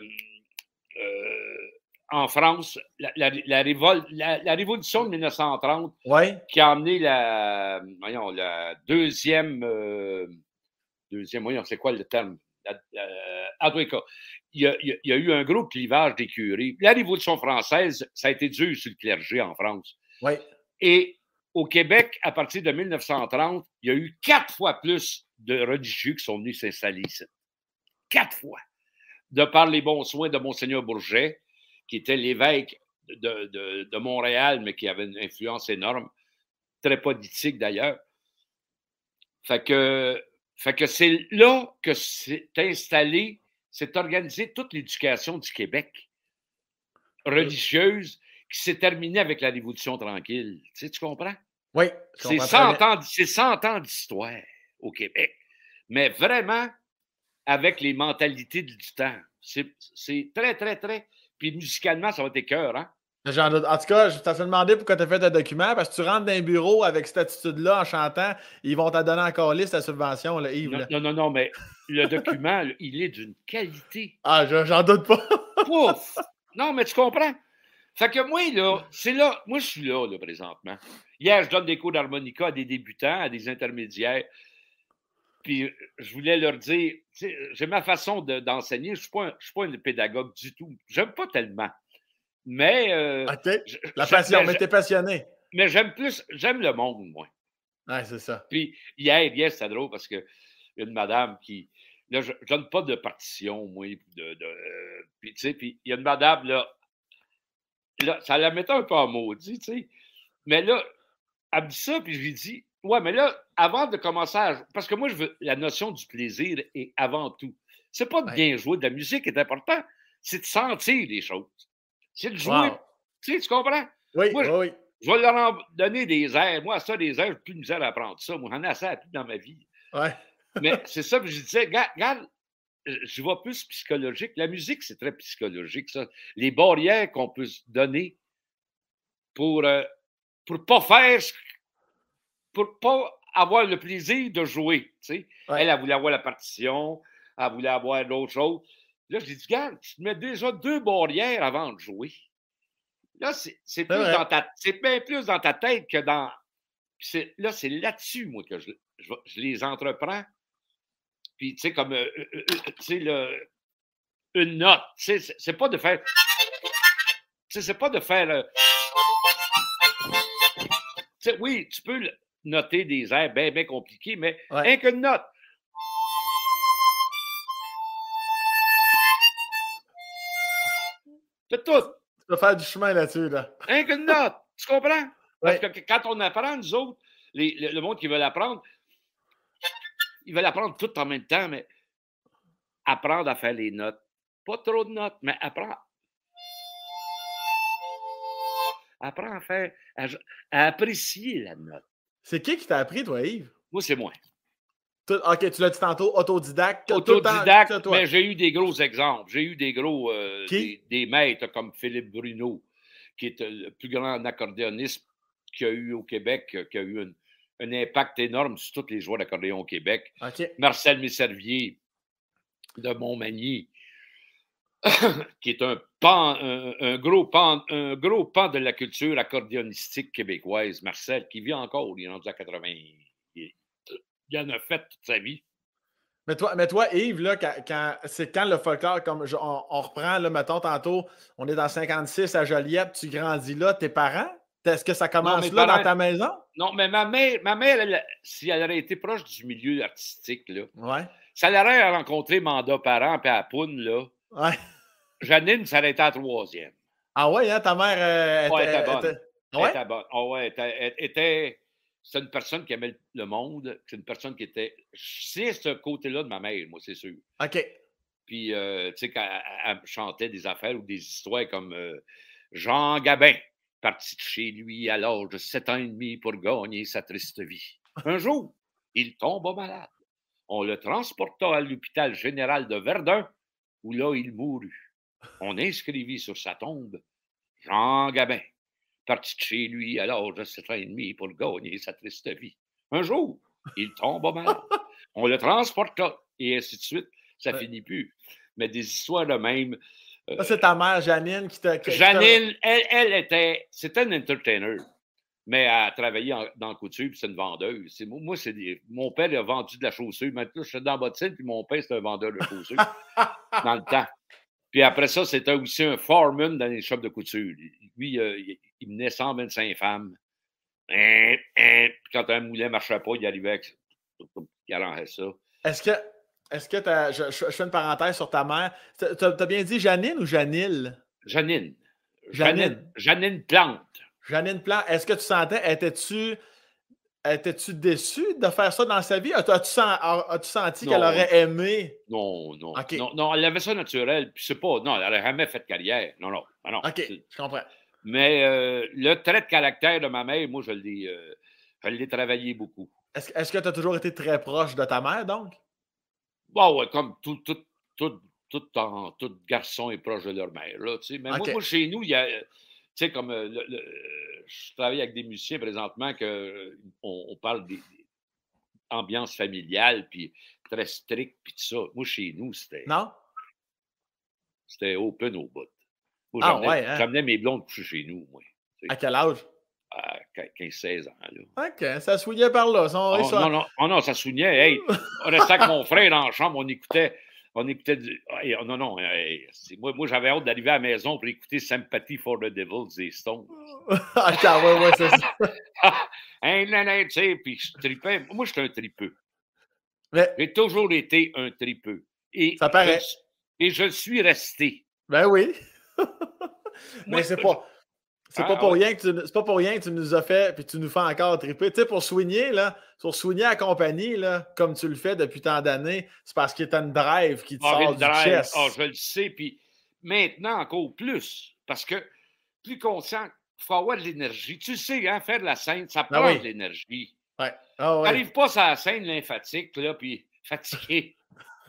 en France, la, la, la, révol, la, la révolution de mille neuf cent trente, ouais. qui a amené la, voyons, la deuxième, euh, deuxième, voyons, c'est quoi le terme? Euh, en tous les cas, il y, a, il y a eu un gros clivage d'écuries. La Révolution française, ça a été dur sur le clergé en France. Oui. Et au Québec, à partir de mille neuf cent trente, il y a eu quatre fois plus de religieux qui sont venus s'installer ici. Quatre fois. De par les bons soins de Monseigneur Bourget, qui était l'évêque de, de, de Montréal, mais qui avait une influence énorme, très politique d'ailleurs. Fait que, fait que c'est là que c'est installé, c'est organisé toute l'éducation du Québec religieuse qui s'est terminée avec la Révolution tranquille. Tu sais, tu comprends? Oui. C'est cent ans, c'est cent ans d'histoire au Québec. Mais vraiment, avec les mentalités du temps. C'est, c'est très, très, très... Puis musicalement, ça va être cœur, hein? Genre, en tout cas, je t'ai demandé pourquoi tu as fait un document, parce que tu rentres dans un bureau avec cette attitude-là en chantant, ils vont te donner encore liste ta subvention, là, Yves. Non, là. non, non, non, mais le document, il est d'une qualité. Ah, je, j'en doute pas. Pouf! Non, mais tu comprends? Fait que moi, là, c'est là, moi, je suis là, là, présentement. Hier, je donne des cours d'harmonica à des débutants, à des intermédiaires. Puis je voulais leur dire, j'ai ma façon de, d'enseigner, je ne suis pas un pédagogue du tout. J'aime pas tellement. Mais. Euh, OK. Je, La passion, mais t'es passionné. Mais j'aime plus, j'aime le monde, moi. Ouais, c'est ça. Puis hier, hier, c'était drôle parce qu'il y a une madame qui. Là, je ne donne pas de partition, moi. De, de, euh, puis, tu sais, puis il y a une madame, là. Là, ça la mettait un peu en maudit, tu sais. Mais là, elle me dit ça, puis je lui dis, ouais, mais là, avant de commencer à. Parce que moi, je veux. La notion du plaisir est avant tout. C'est pas de bien ouais. jouer, de la musique est important. C'est de sentir les choses. C'est de jouer. Wow. Tu sais, tu comprends? Oui, moi, oui, je, oui. Je vais leur en donner des airs. Moi, ça, des airs, j'ai plus de misère à apprendre ça. Moi, j'en ai assez appris dans ma vie. Ouais. Mais c'est ça que je disais, regarde, je vois plus psychologique. La musique, c'est très psychologique, ça. Les barrières qu'on peut se donner pour euh, pour pas faire, pour pas avoir le plaisir de jouer. Tu sais. Ouais. Elle, elle voulait avoir la partition, elle voulait avoir d'autres choses. Là, je dis, regarde, tu te mets déjà deux barrières avant de jouer. Là, c'est, c'est, plus ouais. dans ta, c'est bien plus dans ta tête que dans... C'est, là, c'est là-dessus, moi, que je, je, je les entreprends. Puis, tu sais, comme, euh, euh, tu sais, le, une note, tu sais, c'est, c'est pas de faire... Tu sais, c'est pas de faire... Euh, tu sais, oui, tu peux noter des airs bien, bien compliqués, mais ouais. rien qu'une note. C'est tout. Tu peux faire du chemin là-dessus, là. Rien qu'une note. Tu comprends? Parce ouais. que quand on apprend, nous autres, les, le, le monde qui veut l'apprendre, ils veulent apprendre tout en même temps, mais apprendre à faire les notes. Pas trop de notes, mais apprendre. Apprendre à faire, à, à apprécier la note. C'est qui qui t'a appris, toi, Yves? Moi, c'est moi. Tout, OK, tu l'as dit tantôt, autodidacte. Autodidacte, tout temps, mais j'ai eu des gros exemples. J'ai eu des gros, euh, qui? Des, des maîtres comme Philippe Bruno, qui est le plus grand accordéoniste qu'il y a eu au Québec, qui a eu un, un impact énorme sur tous les joueurs d'accordéon au Québec. Okay. Marcel Messervier de Montmagny, qui est un pan, un, un, gros pan, un gros pan de la culture accordéonistique québécoise. Marcel, qui vit encore, il est rendu à quatre-vingts. Il, il en a fait toute sa vie. Mais toi, mais toi Yves, là, quand, quand, c'est quand le folklore, comme je, on, on reprend, là, mettons, tantôt, on est dans cinquante-six à Joliette, tu grandis là, tes parents? Est-ce que ça commence non, là, parents, dans ta maison? Non, mais ma mère, ma mère elle, si elle aurait été proche du milieu artistique, là, ouais. ça l'aurait rencontré Manda Parent puis à Poune, là. Ouais. Janine, ça aurait été à troisième. Ah ouais, hein, ta mère euh, ouais, était, était bonne. Était... Elle ouais? était bonne. Oh, ouais, elle était... était... C'est une personne qui aimait le monde. C'est une personne qui était... C'est ce côté-là de ma mère, moi, c'est sûr. OK. Puis, euh, tu sais, quand elle, elle chantait des affaires ou des histoires comme euh, Jean Gabin, parti de chez lui à l'âge de sept ans et demi pour gagner sa triste vie. Un jour, il tomba malade. On le transporta à l'hôpital général de Verdun, où là, il mourut. On inscrivit sur sa tombe Jean Gabin, parti de chez lui à l'âge de sept ans et demi pour gagner sa triste vie. Un jour, il tomba malade. On le transporta, et ainsi de suite. Ça ne ouais. finit plus. Mais des histoires de même. Euh, c'est ta mère, Janine, qui t'a... Qui Janine, elle, elle était... C'était une entertainer. mais elle travaillait en, dans la couture, puis c'est une vendeuse. C'est, moi, c'est des, mon père il a vendu de la chaussure. Maintenant, je suis dans la bottine, puis mon père, c'est un vendeur de chaussures dans le temps. Puis après ça, c'était aussi un foreman dans les shops de couture. Lui, euh, il, il menait cent vingt-cinq femmes. Hein, hein. Puis quand un moulin ne marchait pas, il arrivait avec... Il arrangeait ça. Est-ce que, est-ce que t'as, je, je, je fais une parenthèse sur ta mère. T'as, t'as bien dit Janine ou Janille? Janine. Janine. Janine, Janine Plante. Janine Plante. Est-ce que tu sentais, étais-tu, étais-tu déçu de faire ça dans sa vie? As-tu, as-tu, as-tu senti non, qu'elle aurait aimé? Non, non, okay. non. Non, elle avait ça naturel. Puis c'est pas, non, elle n'aurait jamais fait de carrière. Non, non. non OK, je comprends. Mais euh, le trait de caractère de ma mère, moi, je l'ai, euh, je l'ai travaillé beaucoup. Est-ce, est-ce que tu as toujours été très proche de ta mère, donc? Bon, ouais, comme tout, tout, tout, tout, en, tout garçon est proche de leur mère, là, tu sais. Mais okay. moi, moi, chez nous, il y a, tu sais, comme le, le, je travaille avec des musiciens présentement que on, on parle des, des ambiances familiales, puis très strict, puis tout ça. Moi, chez nous, c'était... Non? C'était open au bout. Moi, ah, j'amenais, ouais, hein? j'amenais mes blondes coucher chez nous, moi. T'sais. À quel âge? À quinze seize ans, là. OK, ça souillait par là. Ça, oh, ça... Non, non, oh, non, ça souillait. Hey, on restait avec mon frère dans la chambre, on écoutait... On écoutait du... Hey, non, non. Hey, moi, moi, j'avais hâte d'arriver à la maison pour écouter Sympathy for the Devils des Stones. Attends, ouais, ouais, c'est ça. Hein, non, non, tu sais, puis je tripais. Moi, j'étais un tripeux. Mais... J'ai toujours été un tripeux. Et ça paraît. Je, et je le suis resté. Ben oui. Mais moi, c'est pas... C'est, ah, pas pour ouais. rien que tu, c'est pas pour rien que tu nous as fait puis tu nous fais encore triper. Tu sais, pour soigner, là, pour soigner la compagnie, là, comme tu le fais depuis tant d'années, c'est parce qu'il y a une drive qui te ah, sort du drive. Chest. Ah, je le sais. Puis maintenant, encore plus. Parce que plus conscient, il faut avoir de l'énergie. Tu sais, hein, faire de la scène, ça prend ah, oui. de l'énergie. Ouais. Ah, ouais. T'arrives pas sur la scène lymphatique, là, puis fatigué.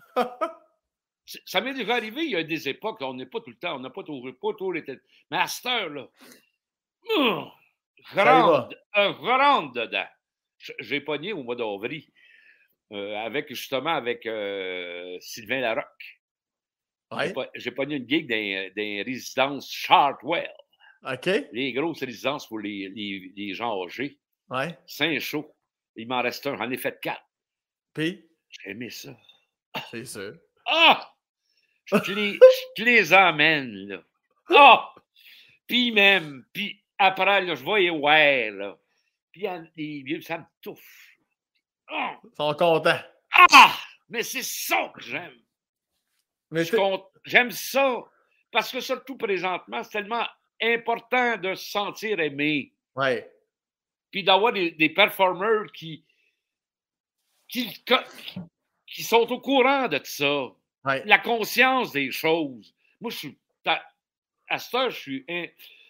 Ça m'est déjà arrivé, il y a des époques, là, on n'est pas tout le temps, on n'a pas toujours pas toujours été. Mais à cette heure, là, Oh, je, rentre, euh, je rentre dedans. J'ai pogné au mois d'avril euh, avec justement avec euh, Sylvain Larocque. Ouais. J'ai, j'ai pogné une gig dans des résidences Chartwell. OK. Les grosses résidences pour les, les, les gens âgés. Ouais. Saint-Chaud. Il m'en reste un. J'en ai fait quatre. Puis? J'ai aimé ça. C'est sûr. Ah! Je te les, je te les emmène, là. Ah! Puis même, puis après, là, je voyais ouais, là. Puis les vieux, ça me touche. Oh! Ils sont contents. Ah! Mais c'est ça que j'aime. Mais je compte, j'aime ça. Parce que surtout présentement, c'est tellement important de se sentir aimé. Oui. Puis d'avoir des, des performeurs qui, qui, qui sont au courant de tout ça. Ouais. La conscience des choses. Moi, je suis. À, à cette heure, je suis. Un,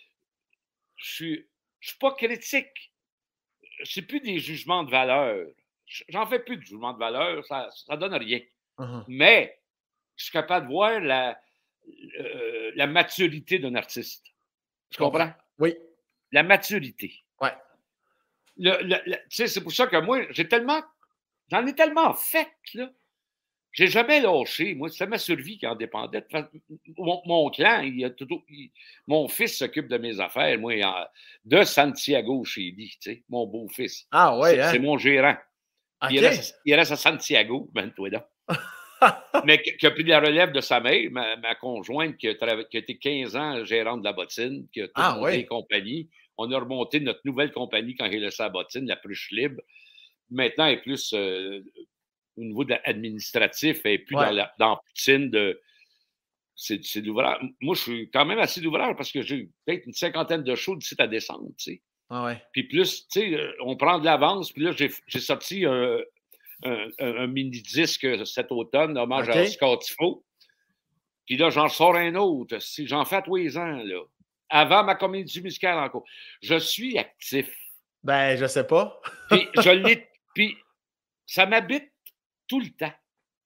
je suis, je suis pas critique. C'est plus des jugements de valeur. J'en fais plus de jugements de valeur, ça, ça donne rien. Uh-huh. Mais je suis capable de voir la, euh, la maturité d'un artiste. Tu comprends? Oui. La maturité. Ouais. Le, le, le, tu sais, c'est pour ça que moi, j'ai tellement, j'en ai tellement fait, là. J'ai jamais lâché. Moi, c'est ma survie qui en dépendait. Mon, mon clan, il a tout, il, mon fils s'occupe de mes affaires, moi, en, de Santiago chez lui, tu sais, mon beau-fils. Ah ouais, c'est, hein? c'est mon gérant. Okay. Il, reste, il reste à Santiago, ben toi là. Mais qui a pris la relève de sa mère, ma, ma conjointe, qui a, tra- qui a été quinze ans gérante de la bottine, qui a tout ah, monté ouais. les compagnies. On a remonté notre nouvelle compagnie quand j'ai laissé la bottine, la Pruche Libre. Maintenant, elle est plus... Euh, au niveau de administratif, et puis ouais. dans la dans poutine de. C'est, c'est de l'ouvrage. Moi, je suis quand même assez d'ouvrage parce que j'ai peut-être une cinquantaine de shows d'ici à décembre, tu sais. Ah ouais. Puis plus, tu sais, on prend de l'avance, puis là, j'ai, j'ai sorti un, un, un, un mini-disque cet automne, hommage okay. à Oscar Tifo. Puis là, j'en sors un autre. Si j'en fais à tous les ans, là. Avant ma comédie musicale encore. Je suis actif. Ben, je sais pas. Puis je l'ai. Puis ça m'habite tout le temps.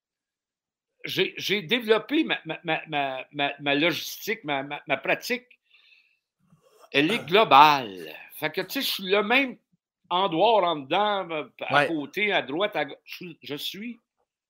J'ai, j'ai développé ma, ma, ma, ma, ma logistique, ma, ma, ma pratique. Elle est globale. Fait que, tu sais, je suis le même en dehors, en dedans, à ouais. côté, à droite, à gauche. Je, je suis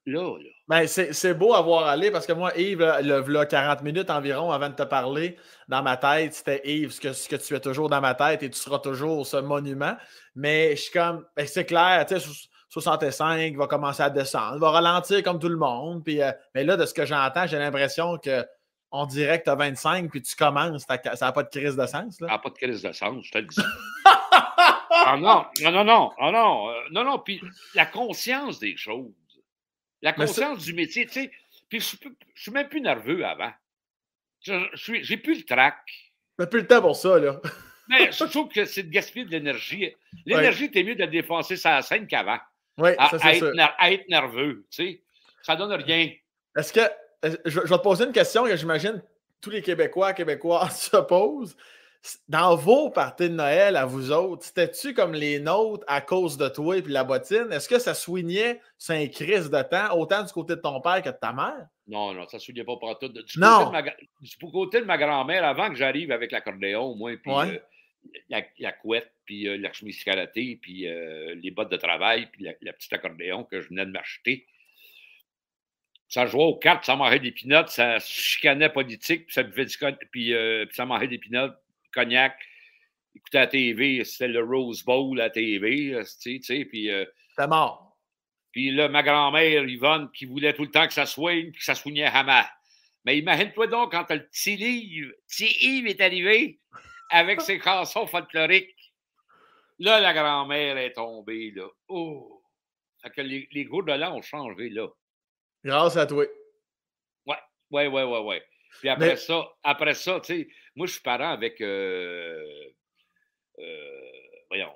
là, là. Ben, c'est, c'est beau à voir aller parce que moi, Yves, là, le, là, quarante minutes environ avant de te parler, dans ma tête, c'était Yves, ce que, ce que tu es toujours dans ma tête et tu seras toujours ce monument. Mais je suis comme, ben, c'est clair, tu sais, soixante-cinq va commencer à descendre, va ralentir comme tout le monde. Puis, euh, mais là, de ce que j'entends, j'ai l'impression qu'on dirait que tu as vingt-cinq puis tu commences, ça n'a pas de crise de sens. Là. Ça n'a pas de crise de sens, je te le dis. Ah non, non, non, non, ah non, euh, non, non, puis la conscience des choses. La conscience du métier, tu sais. Puis je ne suis même plus nerveux avant. Je, je j'ai plus le trac. T'as plus le temps pour ça, là. Mais je trouve que c'est de gaspiller de l'énergie. L'énergie, ouais. T'es mieux de la défoncer sur la scène qu'avant. Oui, à, ça, c'est à, sûr. Être, à être nerveux, tu sais. Ça donne rien. Est-ce que... Je, je vais te poser une question que j'imagine tous les Québécois et Québécoises se posent. Dans vos parties de Noël, à vous autres, c'était-tu comme les nôtres à cause de toi et puis la bottine? Est-ce que ça soignait sur un crise de temps, autant du côté de ton père que de ta mère? Non, non, ça ne soignait pas pour tout. Du, non. Côté de ma, du côté de ma grand-mère, avant que j'arrive avec l'accordéon, moi, puis ouais. euh, la, la couette, puis euh, la chemise karaté, puis euh, les bottes de travail, puis la, la petite accordéon que je venais de m'acheter, ça jouait aux cartes, ça mangeait des pinottes, ça chicanait politique, puis ça buvait du con... puis, euh, puis ça mangeait des pinottes, cognac, écoutait la T V, c'était le Rose Bowl à la T V, tu sais, puis... Euh, T'es mort. Puis là, ma grand-mère, Yvonne, qui voulait tout le temps que ça soigne, puis que ça soignait Hama. Mais imagine-toi donc quand le petit livre, petit Yves est arrivé avec ses chansons folkloriques. Là, la grand-mère est tombée, là. Oh! Fait que les, les gros de l'an ont changé, là. Grâce à toi. Ouais, ouais, ouais, ouais, ouais. Puis après Mais... ça, après ça, tu sais, moi, je suis parent avec, euh, euh, voyons,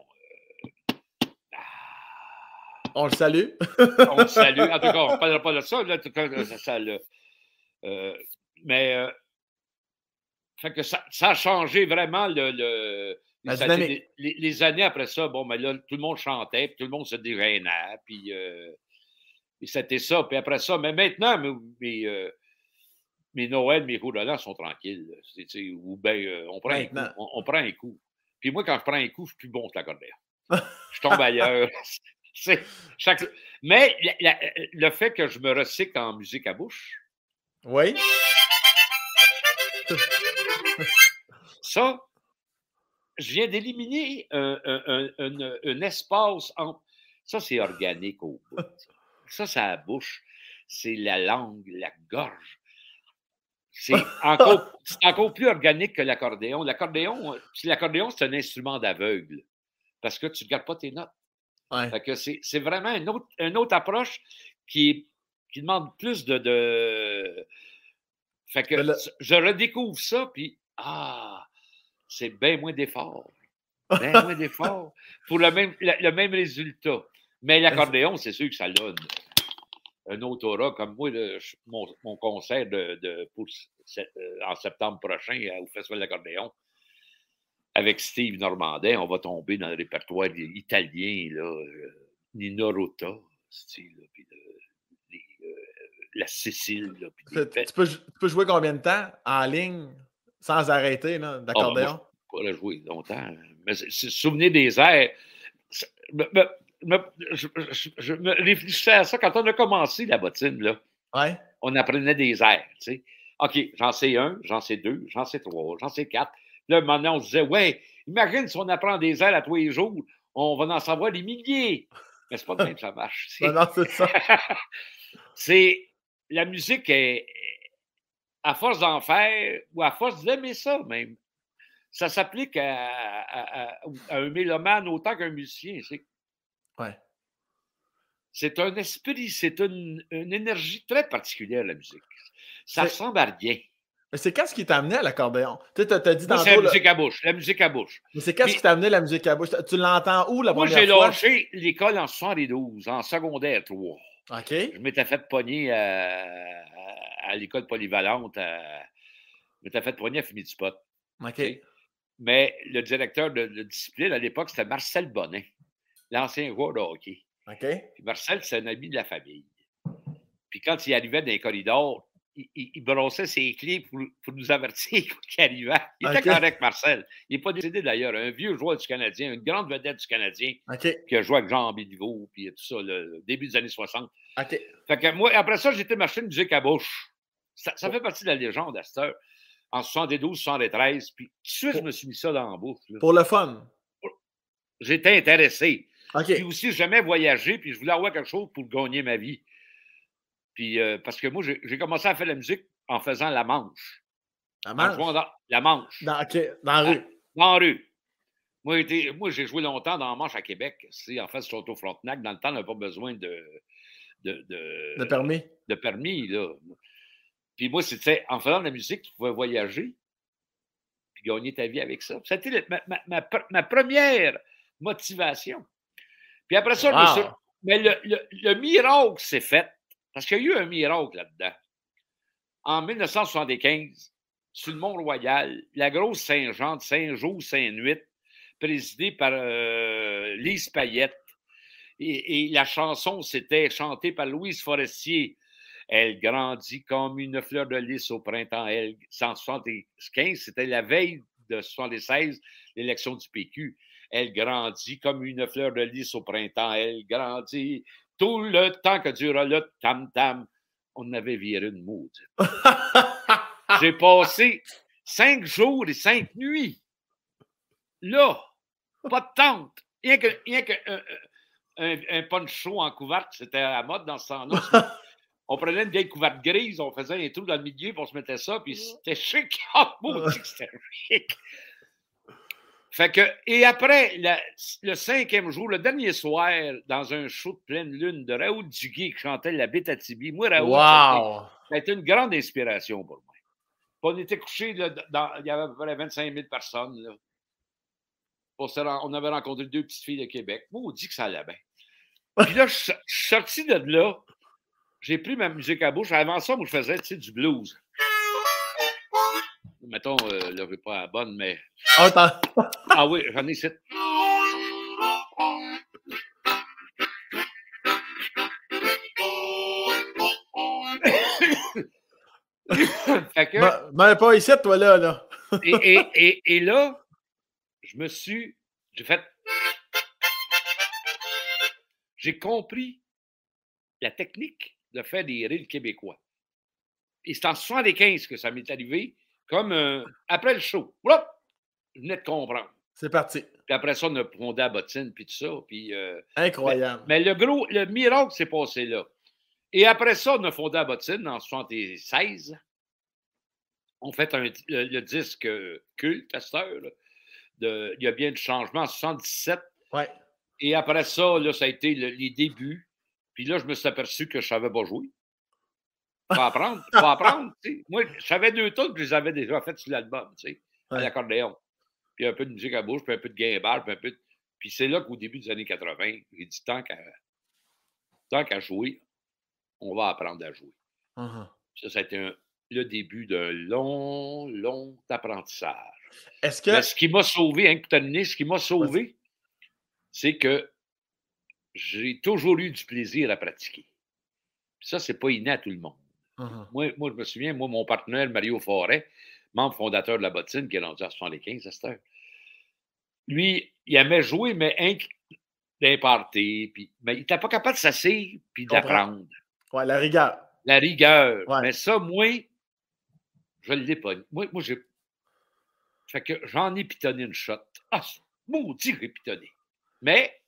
on le salue. On le salue. En tout cas, on ne parlera pas de ça. Là, tout cas, ça, ça là. Euh, mais euh, fait que ça, ça a changé vraiment le, le, les, années, les, les années après ça. Bon, mais là, tout le monde chantait, puis tout le monde se dérainait, puis euh, c'était ça. Puis après ça, mais maintenant, mes, mes, euh, mes Noël, mes cours de l'an sont tranquilles. C'est, ou bien, euh, on, prend un coup, on, on prend un coup. Puis moi, quand je prends un coup, je suis plus bon que l'accordéon. Je tombe ailleurs. C'est chaque... Mais la, la, le fait que je me recycle en musique à bouche. Oui. Ça, je viens d'éliminer un, un, un, un, un espace entre. Ça, c'est organique au bout. Ça, c'est la bouche. C'est la langue, la gorge. C'est encore, c'est encore plus organique que l'accordéon. L'accordéon, l'accordéon, c'est un instrument d'aveugle. Parce que tu ne gardes pas tes notes. Ouais. Fait que c'est, c'est vraiment une autre, une autre approche qui, qui demande plus de, de... Fait que le... je redécouvre ça, puis ah, c'est bien moins d'efforts. Bien moins d'efforts pour le même, le, le même résultat. Mais l'accordéon, c'est sûr que ça donne un autre aura. Comme moi, le, mon, mon concert de, de, pour, en septembre prochain au Festival de l'accordéon, avec Steve Normandin, on va tomber dans le répertoire italien, là, euh, Nina Rota, style, là, puis le, les, euh, la Sicile. Là, puis tu, tu, peux, tu peux jouer combien de temps en ligne sans arrêter là, d'accordéon? Oh, ben, je ne peux pas jouer longtemps. Mais c'est, c'est souvenir des airs. Me, me, me, je, je, je me réfléchissais à ça quand on a commencé la bottine. Là. Ouais. On apprenait des airs. Tu sais. OK, j'en sais un, j'en sais deux, j'en sais trois, j'en sais quatre. Là, maintenant, on se disait, ouais, imagine si on apprend des airs à tous les jours, on va en savoir des milliers. Mais c'est pas de même que ça marche. C'est... Non, non, c'est ça. c'est... La musique est, à force d'en faire, ou à force d'aimer ça même, ça s'applique à, à, à, à un mélomane autant qu'un musicien. C'est... Ouais. C'est un esprit, c'est une, une énergie très particulière, la musique. Ça c'est... ressemble à rien. Mais c'est qu'est-ce qui t'a amené à l'accordéon? Tu sais, t'as dit Moi, tantôt, c'est la là... musique à bouche. La musique à bouche. Mais c'est qu'est-ce Puis, qui t'a amené à la musique à bouche? Tu l'entends où la moi, première fois? Moi, j'ai lâché l'école en soixante-douze, en secondaire trois. OK. Je m'étais fait pogner à, à, à l'école polyvalente. À, je m'étais fait pogner à fumer du pot. OK. T'sais. Mais le directeur de, de discipline, à l'époque, c'était Marcel Bonnet, l'ancien joueur de hockey. OK. Puis Marcel, c'est un ami de la famille. Puis quand il arrivait dans les corridors, il, il, il brossait ses clés pour, pour nous avertir qu'il arrivait. Il était OK. correct, Marcel. Il n'est pas décédé d'ailleurs. Un vieux joueur du Canadien, une grande vedette du Canadien, OK. qui a joué avec Jean Béliveau, puis tout ça, le début des années soixante. OK. Fait que moi, après ça, j'ai été m'acheter une musique à bouche. Ça, ça fait partie de la légende à cette heure. En soixante-douze, soixante-treize, puis tout de suite, je me suis mis ça dans la bouche. Là. Pour le fun. J'étais intéressé. OK. Puis aussi, j'aimais voyager, puis je voulais avoir quelque chose pour gagner ma vie. Puis, euh, parce que moi, j'ai, j'ai commencé à faire la musique en faisant la manche. La En manche? jouant dans la manche. Dans, OK. Dans la rue. Dans la rue. Moi, été, moi, j'ai joué longtemps dans la manche à Québec. C'est en fait sur Château-Frontenac. Dans le temps, on n'avait pas besoin de, de, de, De permis. de permis, là. Puis moi, c'était en faisant de la musique, tu pouvais voyager puis gagner ta vie avec ça. C'était le, ma, ma, ma, ma première motivation. Puis après ça, wow. je me suis... Mais le, le, le miracle s'est fait, parce qu'il y a eu un miracle là-dedans. En dix-neuf cent soixante-quinze, sur le Mont-Royal, la grosse Saint-Jean de Saint-Jean-Saint-Nuit, présidée par euh, Lise Payette. Et, et la chanson, c'était chantée par Louise Forestier. Elle grandit comme une fleur de lys au printemps. Elle, en soixante-quinze, c'était la veille de soixante-seize, l'élection du P Q. Elle grandit comme une fleur de lys au printemps. Elle grandit tout le temps que dure le tam-tam. On avait viré une maudite. J'ai passé cinq jours et cinq nuits. Là, pas de tente. Rien que, rien que un, un, un poncho en couverte, c'était à la mode dans ce temps-là. On prenait une vieille couverte grise, on faisait un trou dans le milieu, puis on se mettait ça, puis c'était chic. Ah, maudit que c'était chic. Fait que, et après, la, le cinquième jour, le dernier soir, dans un show de pleine lune de Raoul Duguay qui chantait La Bête à Tibi, moi, Raoul, wow. ça a été une grande inspiration pour moi. Puis on était couchés, là, dans, il y avait à peu près vingt-cinq mille personnes. Là. On, on avait rencontré deux petites filles de Québec. Moi, on dit que ça allait bien. Puis là, je suis sorti de là. J'ai pris ma musique à bouche. Avant ça, moi, je faisais, tu sais, du blues. Mettons, euh, là, je vais pas à la bonne, mais... Oh, ah oui, j'en ai sept. Fait que... Ben, ben, pas ici, toi, là. là. et, et, et, et là, je me suis... J'ai fait... J'ai compris la technique de faire des reels québécois. Et c'est en soixante-quinze que ça m'est arrivé, comme euh, après le show. Hop, je venais de comprendre. C'est parti. Puis après ça, on a fondé la bottine, puis tout ça. Puis, euh, incroyable. Mais, mais le gros, le miracle s'est passé là. Et après ça, on a fondé la bottine en soixante-seize. On fait un, le, le disque culte à cette heure. Là, de, il y a bien du changement en soixante-dix-sept. Ouais. Et après ça, là, ça a été le, les débuts. Puis là, je me suis aperçu que je ne savais pas jouer. Faut apprendre, faut apprendre. T'sais. Moi, je savais deux tunes que je les avais déjà faites sur l'album, tu sais, ouais. À l'accordéon. Puis un peu de musique à bouche, puis un peu de guimbal, puis un peu de... Puis c'est là qu'au début des années quatre-vingt, j'ai dit tant qu'à tant qu'à jouer, on va apprendre à jouer. Uh-huh. Ça, ça a été un, le début d'un long, long apprentissage. Est-ce que... Mais ce qui m'a sauvé, hein, ce qui m'a sauvé, ouais. C'est que j'ai toujours eu du plaisir à pratiquer. Puis ça, c'est pas inné à tout le monde. Uh-huh. Moi, moi, je me souviens, moi, mon partenaire, Mario Forêt, membre fondateur de la bottine, qui est rendu à soixante-quinze à cette heure, lui, il aimait jouer, mais d'imparter, puis mais il n'était pas capable de s'asseoir puis d'apprendre. Ouais, la rigueur. La rigueur. Ouais. Mais ça, moi, je ne l'ai pas. Moi, moi j'ai... Fait que j'en ai pitonné une shot. Ah, maudit que j'ai pitonné. Mais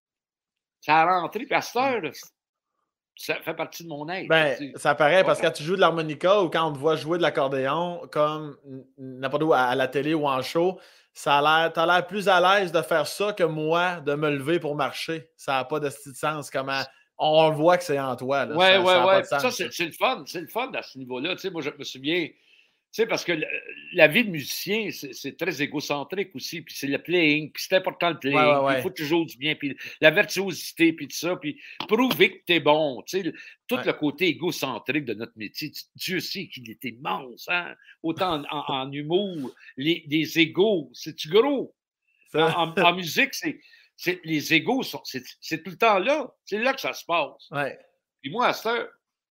ça a rentré, puis à cette heure, là, ça fait partie de mon être. Ben, ça paraît parce que quand tu joues de l'harmonica ou quand on te voit jouer de l'accordéon, comme n'importe où à la télé ou en show, ça a l'air, t'as l'air plus à l'aise de faire ça que moi de me lever pour marcher. Ça n'a pas de sens. Comment on voit que c'est en toi. Oui, oui, oui. Ça, c'est, c'est le fun. C'est le fun à ce niveau-là. Tu sais, moi, je me souviens. Tu sais, parce que la vie de musicien, c'est, c'est très égocentrique aussi. Puis c'est le playing, puis c'est important le playing. Ouais, ouais, ouais. Il faut toujours du bien, puis la virtuosité, puis tout ça. Puis prouver que t'es bon. Tu sais, tout ouais. le côté égocentrique de notre métier. Dieu sait qu'il est immense. Hein? Autant en, en, en humour, les, les égos, c'est-tu gros? En, en, en musique, c'est, c'est, les égos, sont, c'est, c'est tout le temps là. C'est là que ça se passe. Ouais. Puis moi, à cette heure,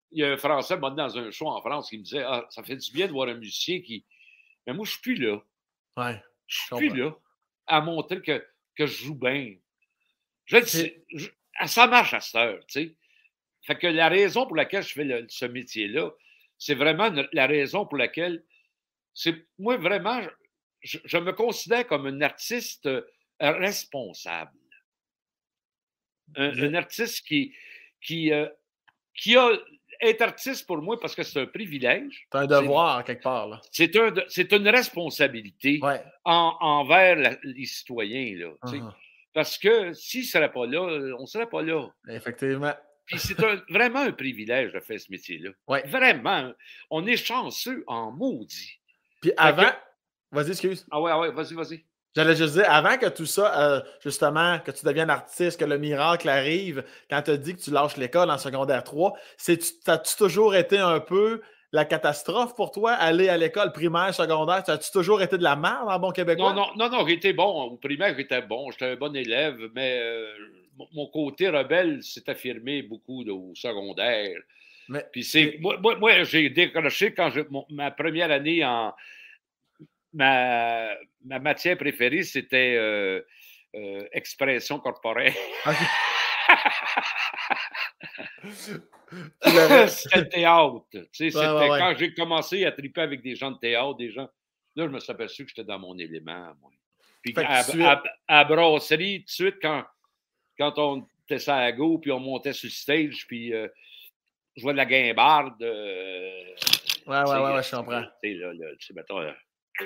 il y a un Français m'a dit dans un show en France qui me disait ah, ça fait du bien de voir un musicien qui. Mais moi, je suis plus là. Ouais. Je suis plus là à montrer que, que je joue bien. Je, je, ça marche à cette heure, tu sais. Fait que la raison pour laquelle je fais le, ce métier-là, c'est vraiment la raison pour laquelle c'est moi vraiment, je, je me considère comme un artiste responsable. Un, un artiste qui, qui, euh, qui a être artiste pour moi parce que c'est un privilège. C'est un devoir, quelque part. Là. C'est, un, c'est une responsabilité ouais. en, envers la, les citoyens. Là, uh-huh. Parce que s'ils ne seraient pas là, on ne serait pas là. Effectivement. Puis c'est un, vraiment un privilège de faire ce métier-là. Ouais. Vraiment. On est chanceux en maudit. Puis avant... Que... Vas-y, excuse. Ah ouais, ah ouais, vas-y, vas-y. J'allais juste dire, avant que tout ça, euh, justement, que tu deviennes artiste, que le miracle arrive, quand tu as dit que tu lâches l'école en secondaire trois, ça a-tu toujours été un peu la catastrophe pour toi, aller à l'école primaire, secondaire? Ça a-tu toujours été de la merde en bon québécois? Non, non, non, non, j'étais bon. Au primaire, j'étais bon. J'étais un bon élève, mais euh, mon côté rebelle s'est affirmé beaucoup là, au secondaire. Mais, Puis c'est, mais... moi, moi, moi j'ai décroché quand je, mon, ma première année en... Ma, ma matière préférée, c'était euh, euh, expression corporelle. Okay. C'était le théâtre. Tu sais, ouais, c'était ouais, ouais. Quand j'ai commencé à triper avec des gens de théâtre, des gens. Là, je me suis aperçu que j'étais dans mon élément. Moi. Puis à, tu... à, à, à brasserie, tout de suite, quand, quand on était ça à go, puis on montait sur le stage, puis euh, je vois de la guimbarde. Euh, ouais, ouais, ouais, ouais, je comprends. Tu sais, là, là, tu sais, mettons. Là,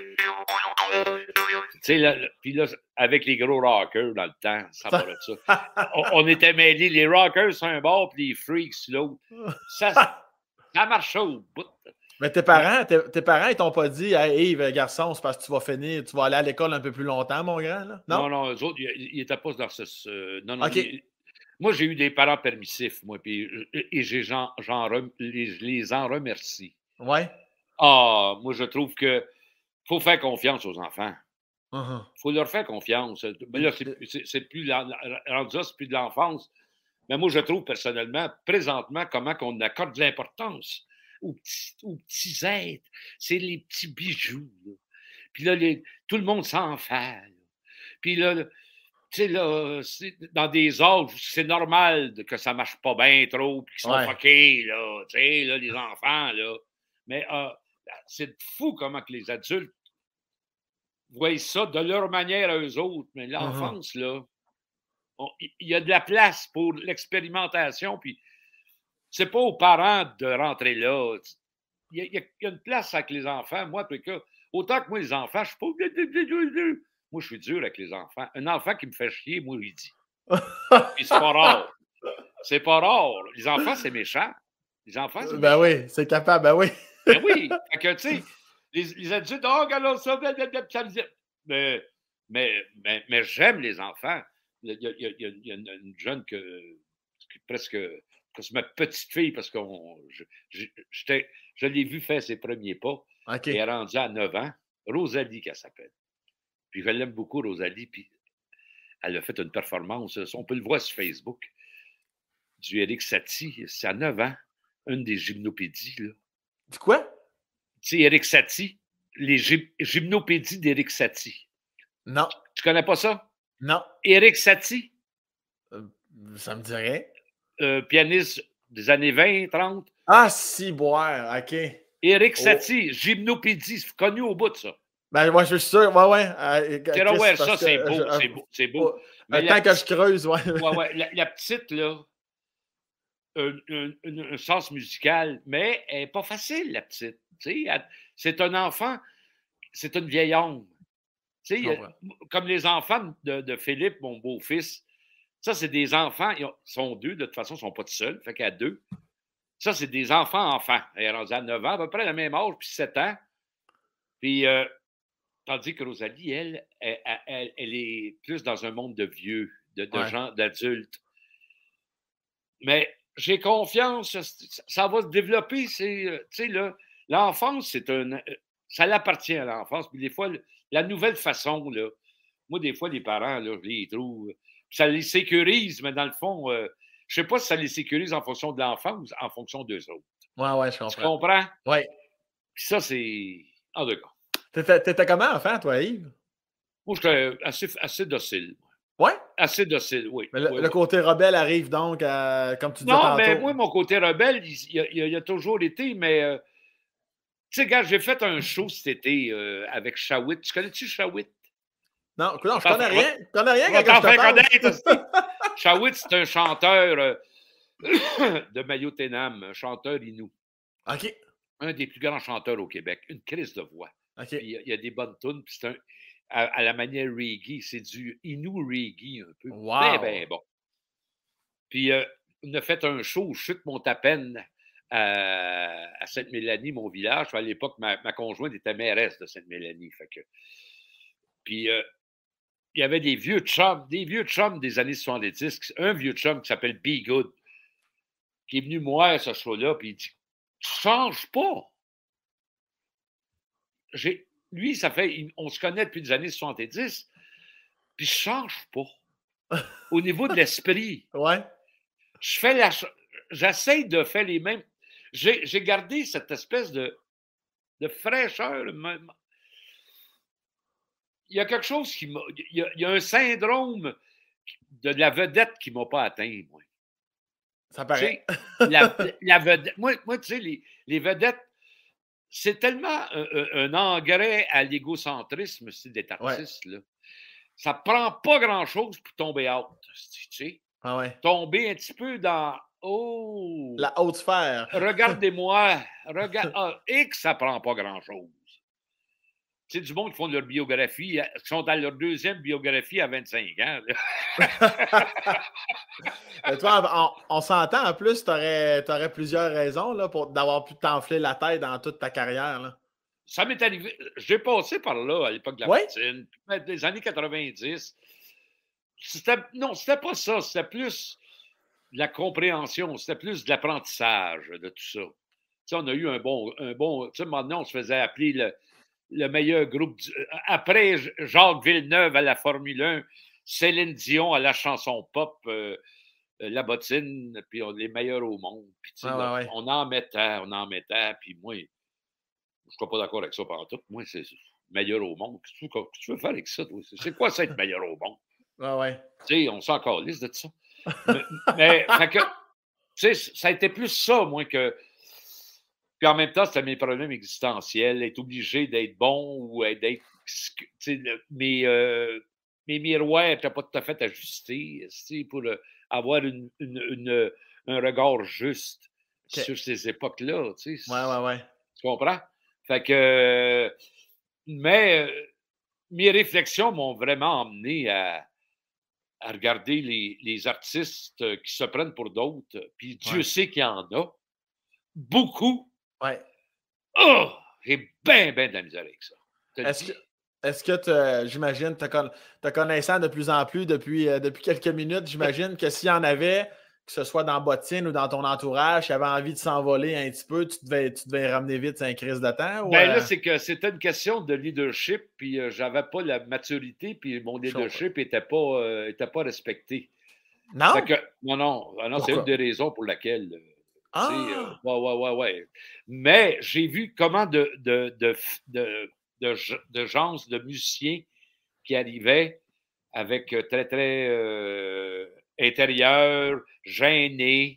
tu sais, là, puis là, avec les gros rockers dans le temps, ça parlait de ça. On, on était mêlés, les rockers sur un bord, puis les freaks sur l'autre. Ça, ça marchait au bout. Mais tes parents, tes, tes parents, ils t'ont pas dit hey, Yves, garçon, c'est parce que tu vas finir, tu vas aller à l'école un peu plus longtemps, mon grand, là? Non? Non, non, eux autres, ils n'étaient pas dans ce. ce non, non. Okay. Ils, moi, j'ai eu des parents permissifs, moi, puis et j'ai, j'en, j'en, les, je les en remercie. Ouais. Ah, moi, je trouve que faut faire confiance aux enfants. Il uh-huh. faut leur faire confiance. Mais là, c'est, c'est, c'est plus rendu là, c'est plus de l'enfance. Mais moi, je trouve personnellement, présentement, comment qu'on accorde de l'importance aux petits, aux petits êtres. C'est les petits bijoux. Là. Puis là, les, tout le monde s'en fait. Là. Puis là, tu sais, là, dans des âges, c'est normal que ça marche pas bien trop, puis qu'ils sont ouais. fuckés, là, tu sais, là, les enfants, là. Mais euh, c'est fou comment que les adultes voient ça de leur manière à eux autres. Mais l'enfance, uh-huh. là, il y a de la place pour l'expérimentation, puis c'est pas aux parents de rentrer là. Il y, y, y a une place avec les enfants. Moi, en tout cas, autant que moi, les enfants, je suis pas... Moi, je suis dur avec les enfants. Un enfant qui me fait chier, moi, il dit. Puis c'est pas rare. C'est pas rare. Les enfants, c'est méchant. Les enfants, c'est Ben méchant. oui, c'est capable, ben oui. Ben oui. Fait que, tu sais, les, les adultes, oh, regarde ça, ça me dit. Mais, mais, mais, mais j'aime les enfants. Il y a, il y a, il y a une jeune que, qui presque, que c'est ma petite fille, parce que je, je, je l'ai vu faire ses premiers pas. Okay. Elle est rendue à neuf ans. Rosalie, qu'elle s'appelle. Puis je l'aime beaucoup, Rosalie. Puis elle a fait une performance. On peut le voir sur Facebook. Du Éric Satie. C'est à neuf ans. Une des gymnopédies. Là. Du quoi? Tu sais, Éric Satie. Les gy- gymnopédies d'Éric Satie. Non. Tu connais pas ça? Non. Éric Satie. Euh, ça me dirait. Euh, pianiste des années vingt, trente. Ah, si, boire. OK. Éric Satie. Oh. Gymnopédie. C'est connu au bout de ça. Ben, moi, je suis sûr. Ouais, ouais. Euh, tu ouais, ça, c'est beau, je, c'est beau. C'est beau. Mais tant que je creuse, ouais. ouais, ouais. La, la petite, là, un, un, un, un sens musical, mais elle n'est pas facile, la petite. Tu sais, c'est un enfant, c'est une vieille ombre. Tu sais, oh, ouais. Comme les enfants de, de Philippe, mon beau-fils, ça, c'est des enfants, ils sont deux, de toute façon, ils ne sont pas tout seuls, fait qu'à deux. Ça, c'est des enfants-enfants. Elle est rendue à neuf ans, à peu près le même âge, puis sept ans. Puis, euh, tandis que Rosalie, elle, elle, elle, elle est plus dans un monde de vieux, de, de ouais. gens, d'adultes. Mais j'ai confiance, ça va se développer. C'est, tu sais, là, l'enfance, c'est un, ça l'appartient à l'enfance. Puis des fois, la nouvelle façon, là, moi, des fois, les parents, là, je les trouve, ça les sécurise, mais dans le fond, euh, je sais pas si ça les sécurise en fonction de l'enfant ou en fonction d'eux autres. Ouais, ouais, je Tu comprends. comprends? Ouais. Puis ça, c'est... En deux cas. T'étais, t'étais comment enfant, toi, Yves? Moi, j'étais assez, assez docile. Ouais? Assez docile, oui. Mais le, oui, le oui. côté rebelle arrive donc, à, comme tu disais Non, tantôt. mais moi, mon côté rebelle, il, il, il, il a toujours été, mais... Euh, tu sais, gars, j'ai fait un show cet été euh, avec Shawit. Tu connais-tu Shawit? Non, non, je connais rien. Je connais rien On va quand t'en je te faire parle. connaître. Shawit, c'est un chanteur euh, de Mayo-Ténam, un chanteur inou. OK. Un des plus grands chanteurs au Québec. Une crise de voix. OK. Puis il y, y a des bonnes tunes. Puis c'est un... À, à la manière reggae, c'est du inou reggae un peu. Wow. Ben, ben bon. Puis euh, on a fait un show au Chute Montapen à, à Sainte-Mélanie, mon village. À l'époque, ma, ma conjointe était mairesse de Sainte-Mélanie. Fait que... Puis euh, il y avait des vieux chums, des vieux chums des années soixante-dix. Un vieux chum qui s'appelle Be Good, qui est venu moi à ce show-là, puis il dit « Tu changes pas! » J'ai... Lui, ça fait... On se connaît depuis les années soixante-dix, puis je change pas. Au niveau de l'esprit. Ouais. Je fais la... J'essaie de faire les mêmes... J'ai, j'ai gardé cette espèce de, de fraîcheur. Il y a quelque chose qui m'a... Il y a, il y a un syndrome de la vedette qui ne m'a pas atteint, moi. Ça paraît. la, la vedette... Moi, moi tu sais, les, les vedettes, c'est tellement un, un, un engrais à l'égocentrisme, c'est d'être artiste, ouais. Là. Ça prend pas grand-chose pour tomber out, tu sais. Ah ouais. Tomber un petit peu dans... Oh! La haute sphère. Regardez-moi. Regarde... Ah, et que ça prend pas grand-chose. C'est du monde qui font leur biographie, qui sont dans leur deuxième biographie à vingt-cinq ans. Toi, on, on s'entend, en plus, tu aurais, t'aurais plusieurs raisons là, pour, d'avoir pu t'enfler la tête dans toute ta carrière. Là. Ça m'est arrivé. J'ai passé par là à l'époque de la médecine, oui? Des années quatre-vingt-dix. C'était, non, c'était pas ça. C'était plus de la compréhension. C'était plus de l'apprentissage de tout ça. T'sais, on a eu un bon... Un bon tu sais, maintenant, on se faisait appeler le... le meilleur groupe. Du... Après Jacques Villeneuve à la Formule un, Céline Dion à la chanson pop, euh, La Bottine, puis on, les meilleurs au monde. Puis, ah, là, ouais. On en mettait, on en mettait, puis moi, je ne suis pas d'accord avec ça pendant tout. Moi, c'est meilleur au monde. Qu'est-ce que tu veux faire avec ça, toi? C'est quoi ça être meilleur au monde? Ah ouais. Tu sais, on s'en calisse de ça. mais, mais fait que, tu sais, ça a été plus ça, moi, que... Puis en même temps, c'était mes problèmes existentiels, être obligé d'être bon ou d'être... Mes, euh, mes miroirs n'étaient pas tout à fait ajustés pour le, avoir une, une, une, un regard juste okay. sur ces époques-là. Tu sais, ouais, ouais, ouais. Tu comprends? Fait que... Mais euh, mes réflexions m'ont vraiment emmené à, à regarder les, les artistes qui se prennent pour d'autres. Puis Dieu ouais. sait qu'il y en a. Beaucoup. Ouais. Oh! J'ai bien, bien de la misère avec ça. Est-ce que, est-ce que j'imagine, te con, connaissant de plus en plus depuis, euh, depuis quelques minutes, j'imagine que s'il y en avait, que ce soit dans Bottine ou dans ton entourage, qui avait envie de s'envoler un petit peu, tu devais, tu devais ramener vite un crise de temps? Ou, ben euh... là, c'est que c'était une question de leadership, puis euh, j'avais pas la maturité, puis mon leadership n'était pas, euh, était pas respecté. Non? Que, non, non, non c'est une des raisons pour laquelle... Euh, Ah! Euh, ouais, ouais, ouais, ouais. Mais j'ai vu comment de, de, de, de, de, de gens, de musiciens qui arrivaient avec très, très euh, intérieur, gênés,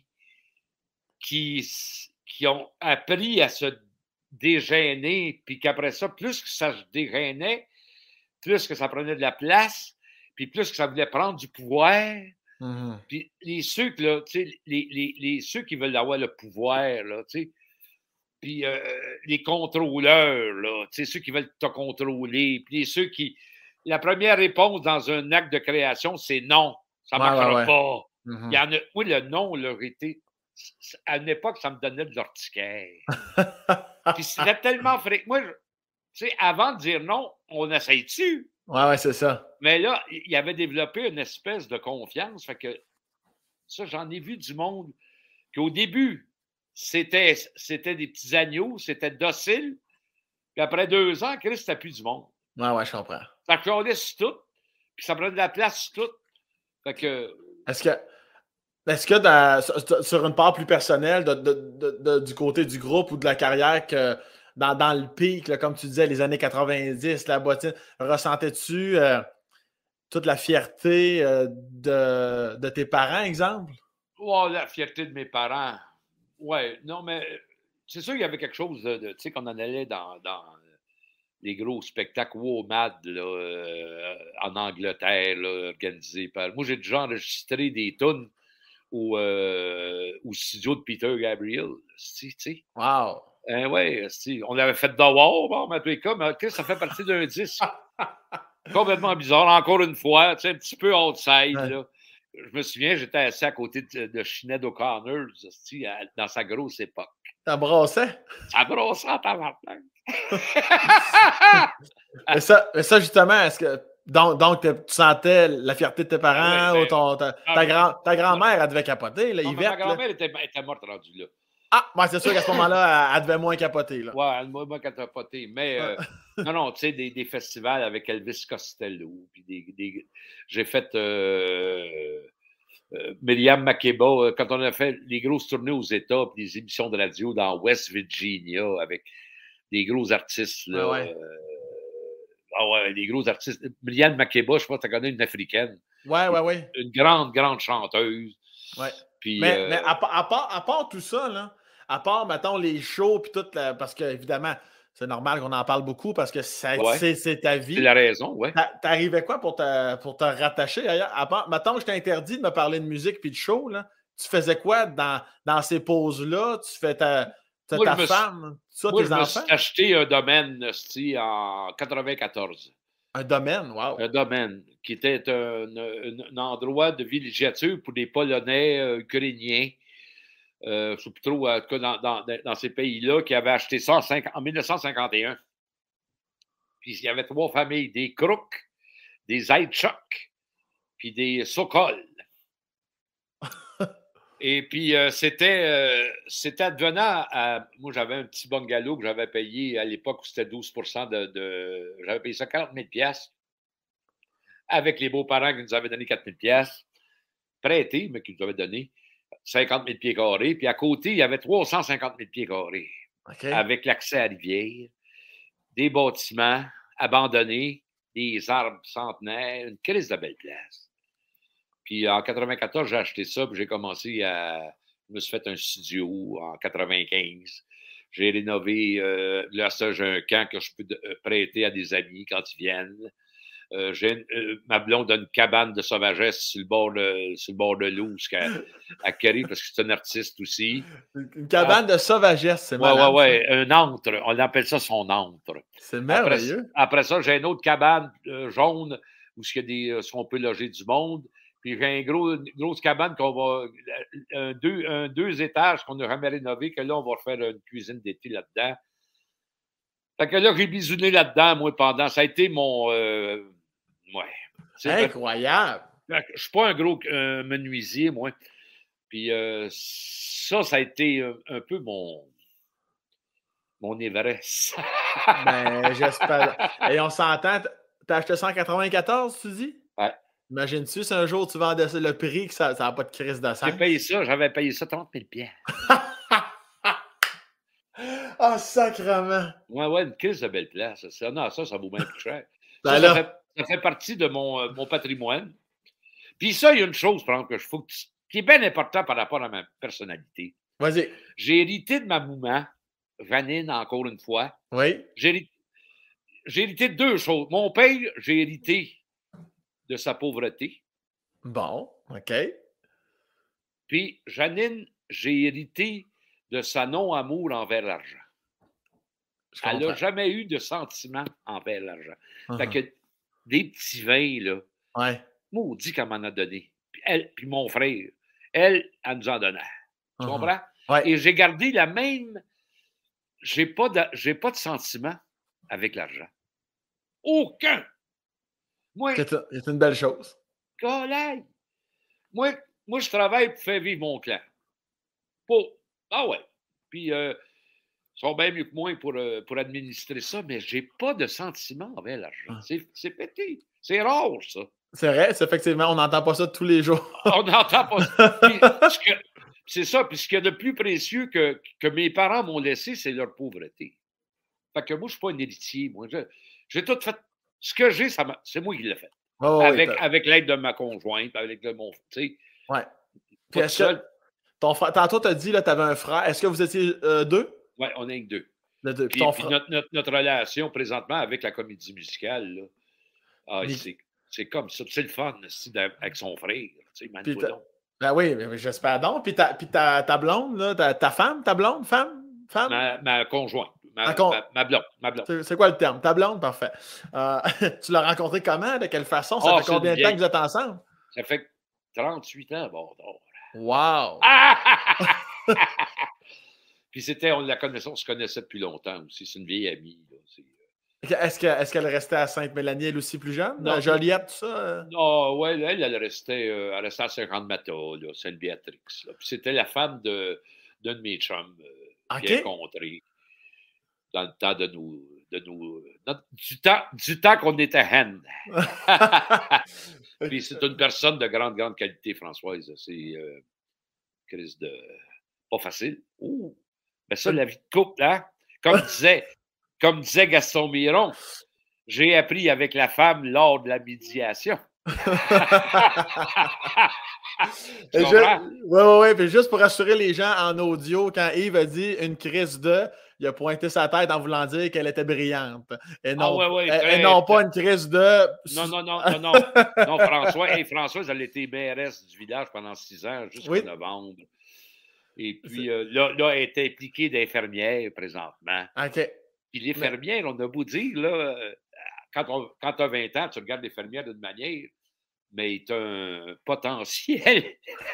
qui, qui ont appris à se dégêner, puis qu'après ça, plus que ça se dégênait, plus que ça prenait de la place, puis plus que ça voulait prendre du pouvoir. Mmh. Puis les ceux, là, les, les, les, ceux qui veulent avoir le pouvoir, là, puis euh, les contrôleurs, là, ceux qui veulent te contrôler, puis ceux qui... La première réponse dans un acte de création, c'est non, ça ne ouais, marchera ouais, ouais. pas. Mmh. Il y en a... Oui, le non, leur était... À une époque, ça me donnait de l'urticaire. Puis c'était tellement frais. Moi, tu sais, avant de dire non, on essaye-tu? Ouais, ouais, c'est ça. Mais là, il avait développé une espèce de confiance. Fait que ça, j'en ai vu du monde qu'au début, c'était, c'était des petits agneaux, c'était docile. Puis après deux ans, Chris, c'était plus du monde. Ouais, ouais, je comprends. Ça collait sur tout. Puis ça prenait de la place sur tout. Fait que. Est-ce que. Est-ce que dans, sur, sur une part plus personnelle, de, de, de, de, du côté du groupe ou de la carrière, que dans, dans le pic, là, comme tu disais, les années quatre-vingt-dix, la bottine, ressentais-tu euh, toute la fierté euh, de, de tes parents, exemple? Oh, la fierté de mes parents. Ouais, non, mais c'est sûr qu'il y avait quelque chose de, de tu sais, qu'on en allait dans, dans les gros spectacles WOMAD là, euh, en Angleterre, là, organisés par. Moi, j'ai déjà enregistré des tunes au, euh, au studio de Peter Gabriel. Tu sais. Wow! Hein, ouais, on avait fait d'avoir, bon, mais en tous les cas, mais ça fait partie d'un disque. Complètement bizarre, encore une fois, tu sais, un petit peu outside, Ouais. là. Je me souviens, j'étais assis à côté de, de Sinead O'Connor, dans sa grosse époque. Ça brassait? Ça brassait en tabarnak. mais, ça, mais ça, justement, est-ce que. Donc, donc tu sentais la fierté de tes parents ouais, ou ton, ta, ta, grand, ta grand-mère, elle devait capoter, là, non, Yvette? Ma grand-mère était, était morte rendue là. Ah, ouais, c'est sûr qu'à ce moment-là, elle, elle devait moins capoter. Là. Ouais, elle m'a capoté. Mais euh, non, non, tu sais, des, des festivals avec Elvis Costello. Puis des, des... J'ai fait euh, euh, Myriam Makeba, euh, quand on a fait les grosses tournées aux États, puis des émissions de radio dans West Virginia avec des gros artistes. Là, ah ouais. euh, ah ouais, des gros artistes. Myriam Makeba, je sais pas, tu connais une africaine. Ouais, ouais, ouais. Une grande, grande chanteuse. Ouais. Puis, mais euh... mais à, à, part, à part tout ça, là, à part, mettons, les shows, puis tout, la, parce que, évidemment, c'est normal qu'on en parle beaucoup parce que ça, ouais. c'est ta vie. C'est la raison, ouais. T'arrivais quoi pour te, pour te rattacher d'ailleurs? À part, mettons, je t'ai interdit de me parler de musique puis de show, là. Tu faisais quoi dans, dans ces pauses-là? Tu fais ta, ta, moi, ta je femme, ça, moi, tes je enfants? me suis acheté un domaine en quatre-vingt-quatorze. Un domaine, wow. Un domaine qui était un, un, un endroit de villégiature pour des Polonais, euh, Ukrainiens, euh, je ne sais plus trop, en tout cas dans, dans, dans ces pays-là, qui avaient acheté ça en, en mille neuf cent cinquante et un. Puis il y avait trois familles, des Kruk, des Zaitchuk, puis des Sokol. Et puis, euh, c'était, euh, c'était advenant à. Moi, j'avais un petit bungalow que j'avais payé à l'époque où c'était douze pour cent de. de j'avais payé ça quarante mille piastres avec les beaux-parents qui nous avaient donné quatre mille piastres, prêtés, mais qui nous avaient donné cinquante mille pieds carrés. Puis à côté, il y avait trois cent cinquante mille pieds carrés okay. avec l'accès à la rivière, des bâtiments abandonnés, des arbres centenaires, une crise de belle place. Puis en quatre-vingt-quatorze, j'ai acheté ça, puis j'ai commencé à. Je me suis fait un studio en quatre-vingt-quinze. J'ai rénové. Euh, là, ça, j'ai un camp que je peux de, euh, prêter à des amis quand ils viennent. Euh, j'ai, euh, ma blonde a une cabane de sauvagesse sur le bord de, sur le bord de l'eau, à, à Kerry, parce que c'est un artiste aussi. Une cabane ah, de sauvagesse, c'est ouais, malade. Ouais, ouais, un antre. On appelle ça son antre. C'est merveilleux. Après, après ça, j'ai une autre cabane euh, jaune où il y a des, euh, on peut loger du monde. Puis j'ai un gros, une grosse cabane qu'on va. Un deux, un deux étages qu'on n'a jamais rénové, que là, on va refaire une cuisine d'été là-dedans. Fait que là, j'ai bisouné là-dedans, moi, pendant. Ça a été mon. Euh, ouais. Incroyable! Fait, je suis pas un gros euh, menuisier, moi. Puis euh, ça, ça a été un, un peu mon. Mon Everest. Ben, j'espère. Et on s'entend. T'as acheté ça en quatre-vingt-quatorze, tu dis? Ouais. Imagines-tu si un jour tu vendais le prix que ça n'a pas de crise de sang? J'ai payé ça, j'avais payé ça trente mille piastres. Ah, oh, sacrement! Ouais, ouais, une crise de belle place. Ça, non, ça, ça vaut bien plus cher. Ben ça, là... ça, fait, ça fait partie de mon, euh, mon patrimoine. Puis ça, il y a une chose, par exemple, que je faut que tu, qui est bien important par rapport à ma personnalité. Vas-y. J'ai hérité de ma maman, Vanine, encore une fois. Oui. J'ai hérité, j'ai hérité de deux choses. Mon père, j'ai hérité de sa pauvreté. Bon, OK. Puis, Janine, j'ai hérité de sa non-amour envers l'argent. Elle n'a jamais eu de sentiment envers l'argent. Uh-huh. Fait que des petits vins, là, ouais. maudit qu'elle m'en a donné. Puis, elle, puis mon frère, elle, elle nous en donnait. Tu uh-huh. comprends? Ouais. Et j'ai gardé la même... J'ai pas de, j'ai pas de sentiment avec l'argent. Aucun! Moi... C'est une belle chose. Collègue! Moi, moi, je travaille pour faire vivre mon clan. Pour... Ah ouais. Puis, euh, ils sont bien mieux que moi pour, euh, pour administrer ça, mais j'ai pas de sentiment envers l'argent. Ah. C'est, c'est pété. C'est rare, ça. C'est vrai, c'est effectivement, on n'entend pas ça tous les jours. On n'entend pas ça. Puis, ce que- c'est ça. Puis ce qu'il y a de plus précieux que, que mes parents m'ont laissé, c'est leur pauvreté. Fait que moi, je ne suis pas un héritier. Moi, Je- j'ai tout fait. Ce que j'ai, ça m'a- c'est moi qui l'ai fait. Oh, oui, Avec, t'as- avec l'aide de ma conjointe, avec de mon. Tu sais, ouais. Puis pas tout est-ce que seul. ton frère, tantôt, tu as dit, là, tu avais un frère. Est-ce que vous étiez euh, deux? Ouais, on est que deux. Le deux. Puis Puis, ton puis frère. notre, notre, notre relation présentement avec la comédie musicale, là, ah, Puis, c'est, c'est comme ça. C'est le fun aussi, d'a- avec son frère. Tu sais, puis Mano t'as- donc. ben oui, mais j'espère donc. Puis ta, puis ta, ta blonde, là, ta, ta femme, ta blonde, femme, femme? Ma, ma conjointe, ma, Encore. ma, ma blonde, ma blonde. C'est c'est quoi le terme? Ta blonde, parfait. Euh, tu l'as rencontré comment? De quelle façon? Ça Ah, fait c'est une combien de temps que vieille. vous êtes ensemble? Ça fait trente-huit ans, bon. donc. Wow! Ah! Puis c'était, on la connaissait, on se connaissait depuis longtemps aussi. C'est une vieille amie. Là. C'est, euh, Est-ce que- est-ce qu'elle restait à Sainte-Mélanie, elle aussi plus jeune? Non, Euh, Joliette, tout ça? euh? non, ouais, elle, elle restait, euh, elle restait à Saint-Jean-de-Mata, là, Sainte-Béatrix. Là. Puis c'était la femme de, d'un de mes chums, euh, bien OK. rencontré dans le temps de nous. De nous notre- du temps, du temps qu'on était hen. Puis c'est une personne de grande, grande qualité, Françoise. C'est euh, crise de. Pas facile. Ouh! Mais ça, la vie de couple, hein? Comme disait, comme disait Gaston Miron, j'ai appris avec la femme lors de la médiation. Tu comprends? Oui, oui, oui. Puis juste pour rassurer les gens en audio, quand Yves a dit une crise de, il a pointé sa tête en voulant dire qu'elle était brillante. Et Ah non, ouais, ouais, et- et très- non pas une crise de. Non, non, non, non, non. Non, François, hey, Françoise, elle était mairesse du village pendant six ans, jusqu'en Oui. novembre. Et puis euh, là, là, elle est impliquée d'infirmière présentement. OK. Puis les fermières, on a beau dire, là, euh, quand, quand tu as vingt ans, tu regardes les fermières d'une manière, mais tu as un potentiel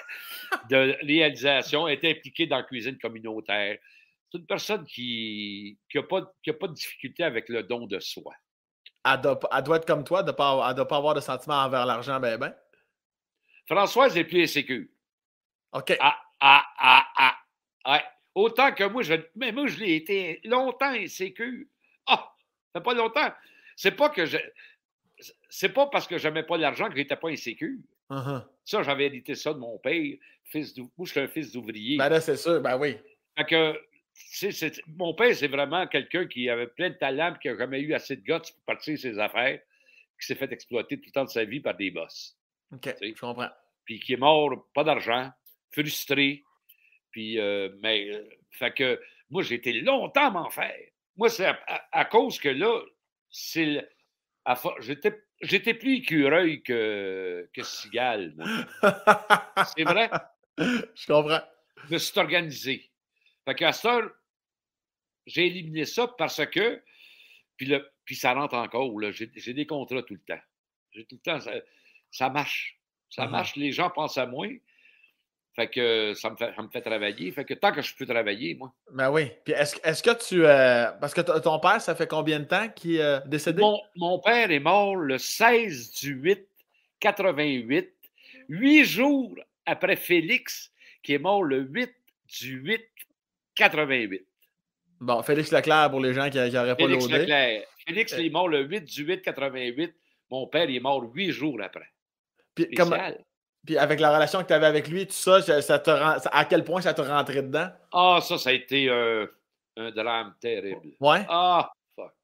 de réalisation, elle est impliquée dans la cuisine communautaire. C'est une personne qui n'a pas, qui a pas de difficulté avec le don de soi. Elle doit, elle doit être comme toi, de pas, elle ne doit pas avoir de sentiment envers l'argent, ben ben. Françoise est plus insécure. OK. Ah, ah, ah, ah. Ouais. Autant que moi, je, mais moi, je l'ai été longtemps insécure. Ah, ça fait pas longtemps. C'est pas que je. C'est pas parce que j'aimais pas l'argent que j'étais pas insécure. Uh-huh. Ça, j'avais hérité ça de mon père. Fils moi, je suis un fils d'ouvrier. Ben là, c'est sûr, ben oui. Fait que, c'est, c'est, mon père, c'est vraiment quelqu'un qui avait plein de talent et qui n'a jamais eu assez de guts pour partir ses affaires, qui s'est fait exploiter tout le temps de sa vie par des boss. OK, je comprends. Puis qui est mort, pas d'argent, frustré. Puis, euh, mais, euh, fait que, moi, j'ai été longtemps à m'en faire. Moi, c'est à, à, à cause que là, c'est le, à, j'étais, j'étais plus écureuil que, que cigale, moi. C'est vrai? Je comprends. Je me suis organisé. Fait qu'à cette heure, j'ai éliminé ça parce que, puis, le, puis ça rentre encore, là, j'ai, j'ai des contrats tout le temps. J'ai tout le temps, ça, ça marche. Ça uh-huh. marche, les gens pensent à moi. Fait que ça me fait, ça me fait travailler. Fait que tant que je peux travailler, moi. Ben oui. Puis est-ce, est-ce que tu... Euh, parce que t- ton père, ça fait combien de temps qu'il est euh, décédé? Mon, mon père est mort le seize du huit quatre-vingt-huit, huit jours après Félix, qui est mort le huit du huit quatre-vingt-huit. Bon, Félix Leclerc, pour les gens qui n'auraient pas Félix loadé. Leclerc. Félix euh... est mort le huit du huit quatre-vingt-huit. Mon père, il est mort huit jours après. Puis, comme, puis avec la relation que tu avais avec lui, tout ça, ça te rend, à quel point ça te rentrait dedans? Ah, ça, ça a été euh, un drame terrible. Ouais? Ah, fuck.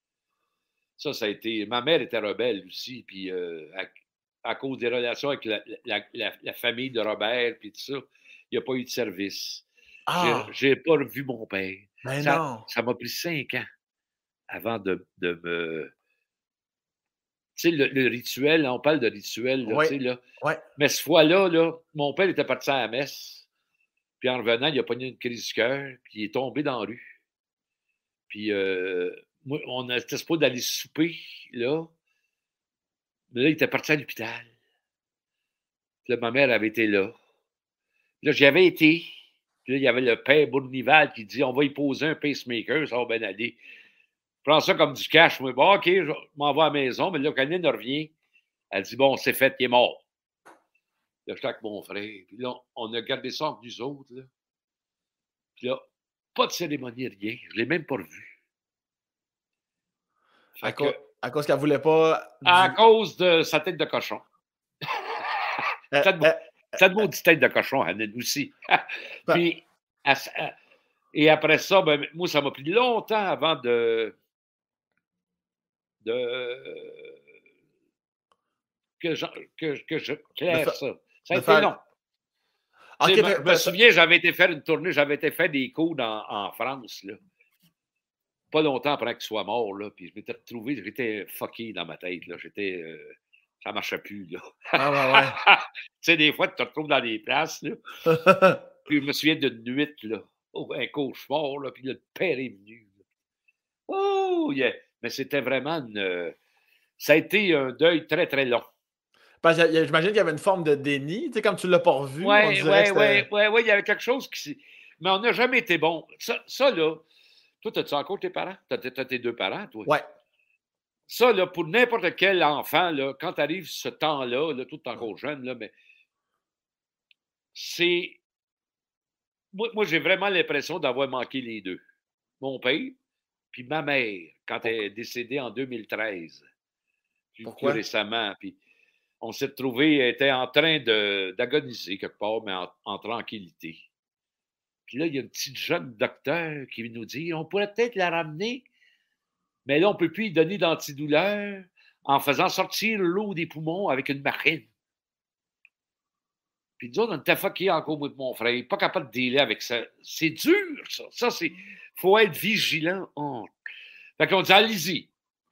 Ça, ça a été... Ma mère était rebelle aussi, puis euh, à, à cause des relations avec la, la, la, la famille de Robert, puis tout ça, il n'y a pas eu de service. Ah. J'ai, j'ai pas revu mon père. Mais ça, non! Ça m'a pris cinq ans avant de, de me... Tu sais, le, le rituel, on parle de rituel, là, oui. tu sais, là. Ouais. Mais cette fois-là, là, mon père était parti à la messe, puis en revenant, il a pogné une crise du cœur, puis il est tombé dans la rue. Puis, euh, moi, on était supposé d'aller souper, là. Mais là, il était parti à l'hôpital. Puis là, ma mère avait été là. Là, j'y avais été. Puis là, il y avait le père Bournival qui dit, on va y poser un pacemaker, ça va bien aller. Je prends ça comme du cash. Moi, bon, OK, je m'en vais à la maison. Mais là, quand Nine revient, elle dit, bon, c'est fait, il est mort. Là, j'étais avec mon frère. Puis là, on a gardé ça entre nous autres. Là. Puis là, pas de cérémonie, rien. Je ne l'ai même pas revu. À, que... À cause qu'elle voulait pas... Du... À cause de sa tête de cochon. Euh, Cette, euh, cette maudite tête de cochon, elle aussi. Puis, elle, elle, et après ça, ben, moi, ça m'a pris longtemps avant de... de que je, que, que je claire ça. Ça a été faire... long. Okay, je me souviens, j'avais été faire une tournée, j'avais été faire des cours en, en France, là. Pas longtemps après qu'il soit mort, là, puis je m'étais retrouvé, j'étais fucké dans ma tête, là. J'étais... Euh, ça marchait plus, là. Ah ouais, ouais. Tu sais, des fois, tu te retrouves dans des places, là. Puis je me souviens d'une nuit, là. Oh, un cauchemar, là, puis le père est venu. Là. Oh, yeah. Mais c'était vraiment une... Ça a été un deuil très, très long. Parce que j'imagine qu'il y avait une forme de déni, tu sais, comme tu l'as pas revu. Oui, oui, oui, oui, oui, il y avait quelque chose qui... Mais on n'a jamais été bon. Ça, ça là, toi, as-tu encore tes parents? T'as, t'as tes deux parents, toi? Oui. Ça, là, pour n'importe quel enfant, là, quand arrive ce temps-là, là, tout encore jeune, là, mais c'est... Moi, moi j'ai vraiment l'impression d'avoir manqué les deux. Mon père, puis ma mère, quand Pourquoi? Elle est décédée en deux mille treize. Plus, plus récemment, puis... On s'est retrouvé, elle était en train de, d'agoniser quelque part, mais en, en tranquillité. Puis là, il y a un petit jeune docteur qui nous dit on pourrait peut-être la ramener, mais là, on ne peut plus lui donner d'antidouleur en faisant sortir l'eau des poumons avec une machine. Puis nous autres, on était fuckés encore, moi de mon frère, pas capable de dealer avec ça. C'est dur, ça. Ça, c'est. Il faut être vigilant. Oh. Fait qu'on dit allez-y.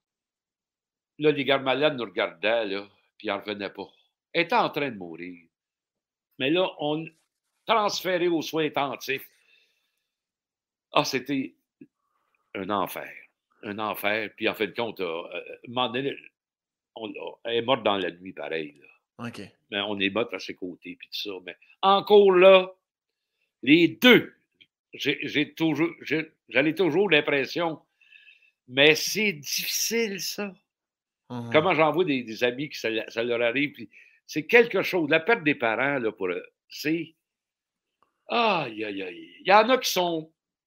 Là, les gardes malades nous regardaient, là. Puis il n'en revenait pas. Elle était en train de mourir. Mais là, on transféré aux soins intensifs. Ah, c'était un enfer. Un enfer. Puis en fin de compte, euh, euh, on, elle est morte dans la nuit, pareil. Là. OK. Mais on est morte à ses côtés, puis tout ça. Mais encore là, les deux, j'ai, j'ai toujours, j'ai, j'avais toujours l'impression, mais c'est difficile, ça. Mm-hmm. Comment j'en vois des, des amis qui ça, ça leur arrive, puis c'est quelque chose. La perte des parents, là, pour eux, c'est... Aïe, aïe, aïe. Il y en a qui sont...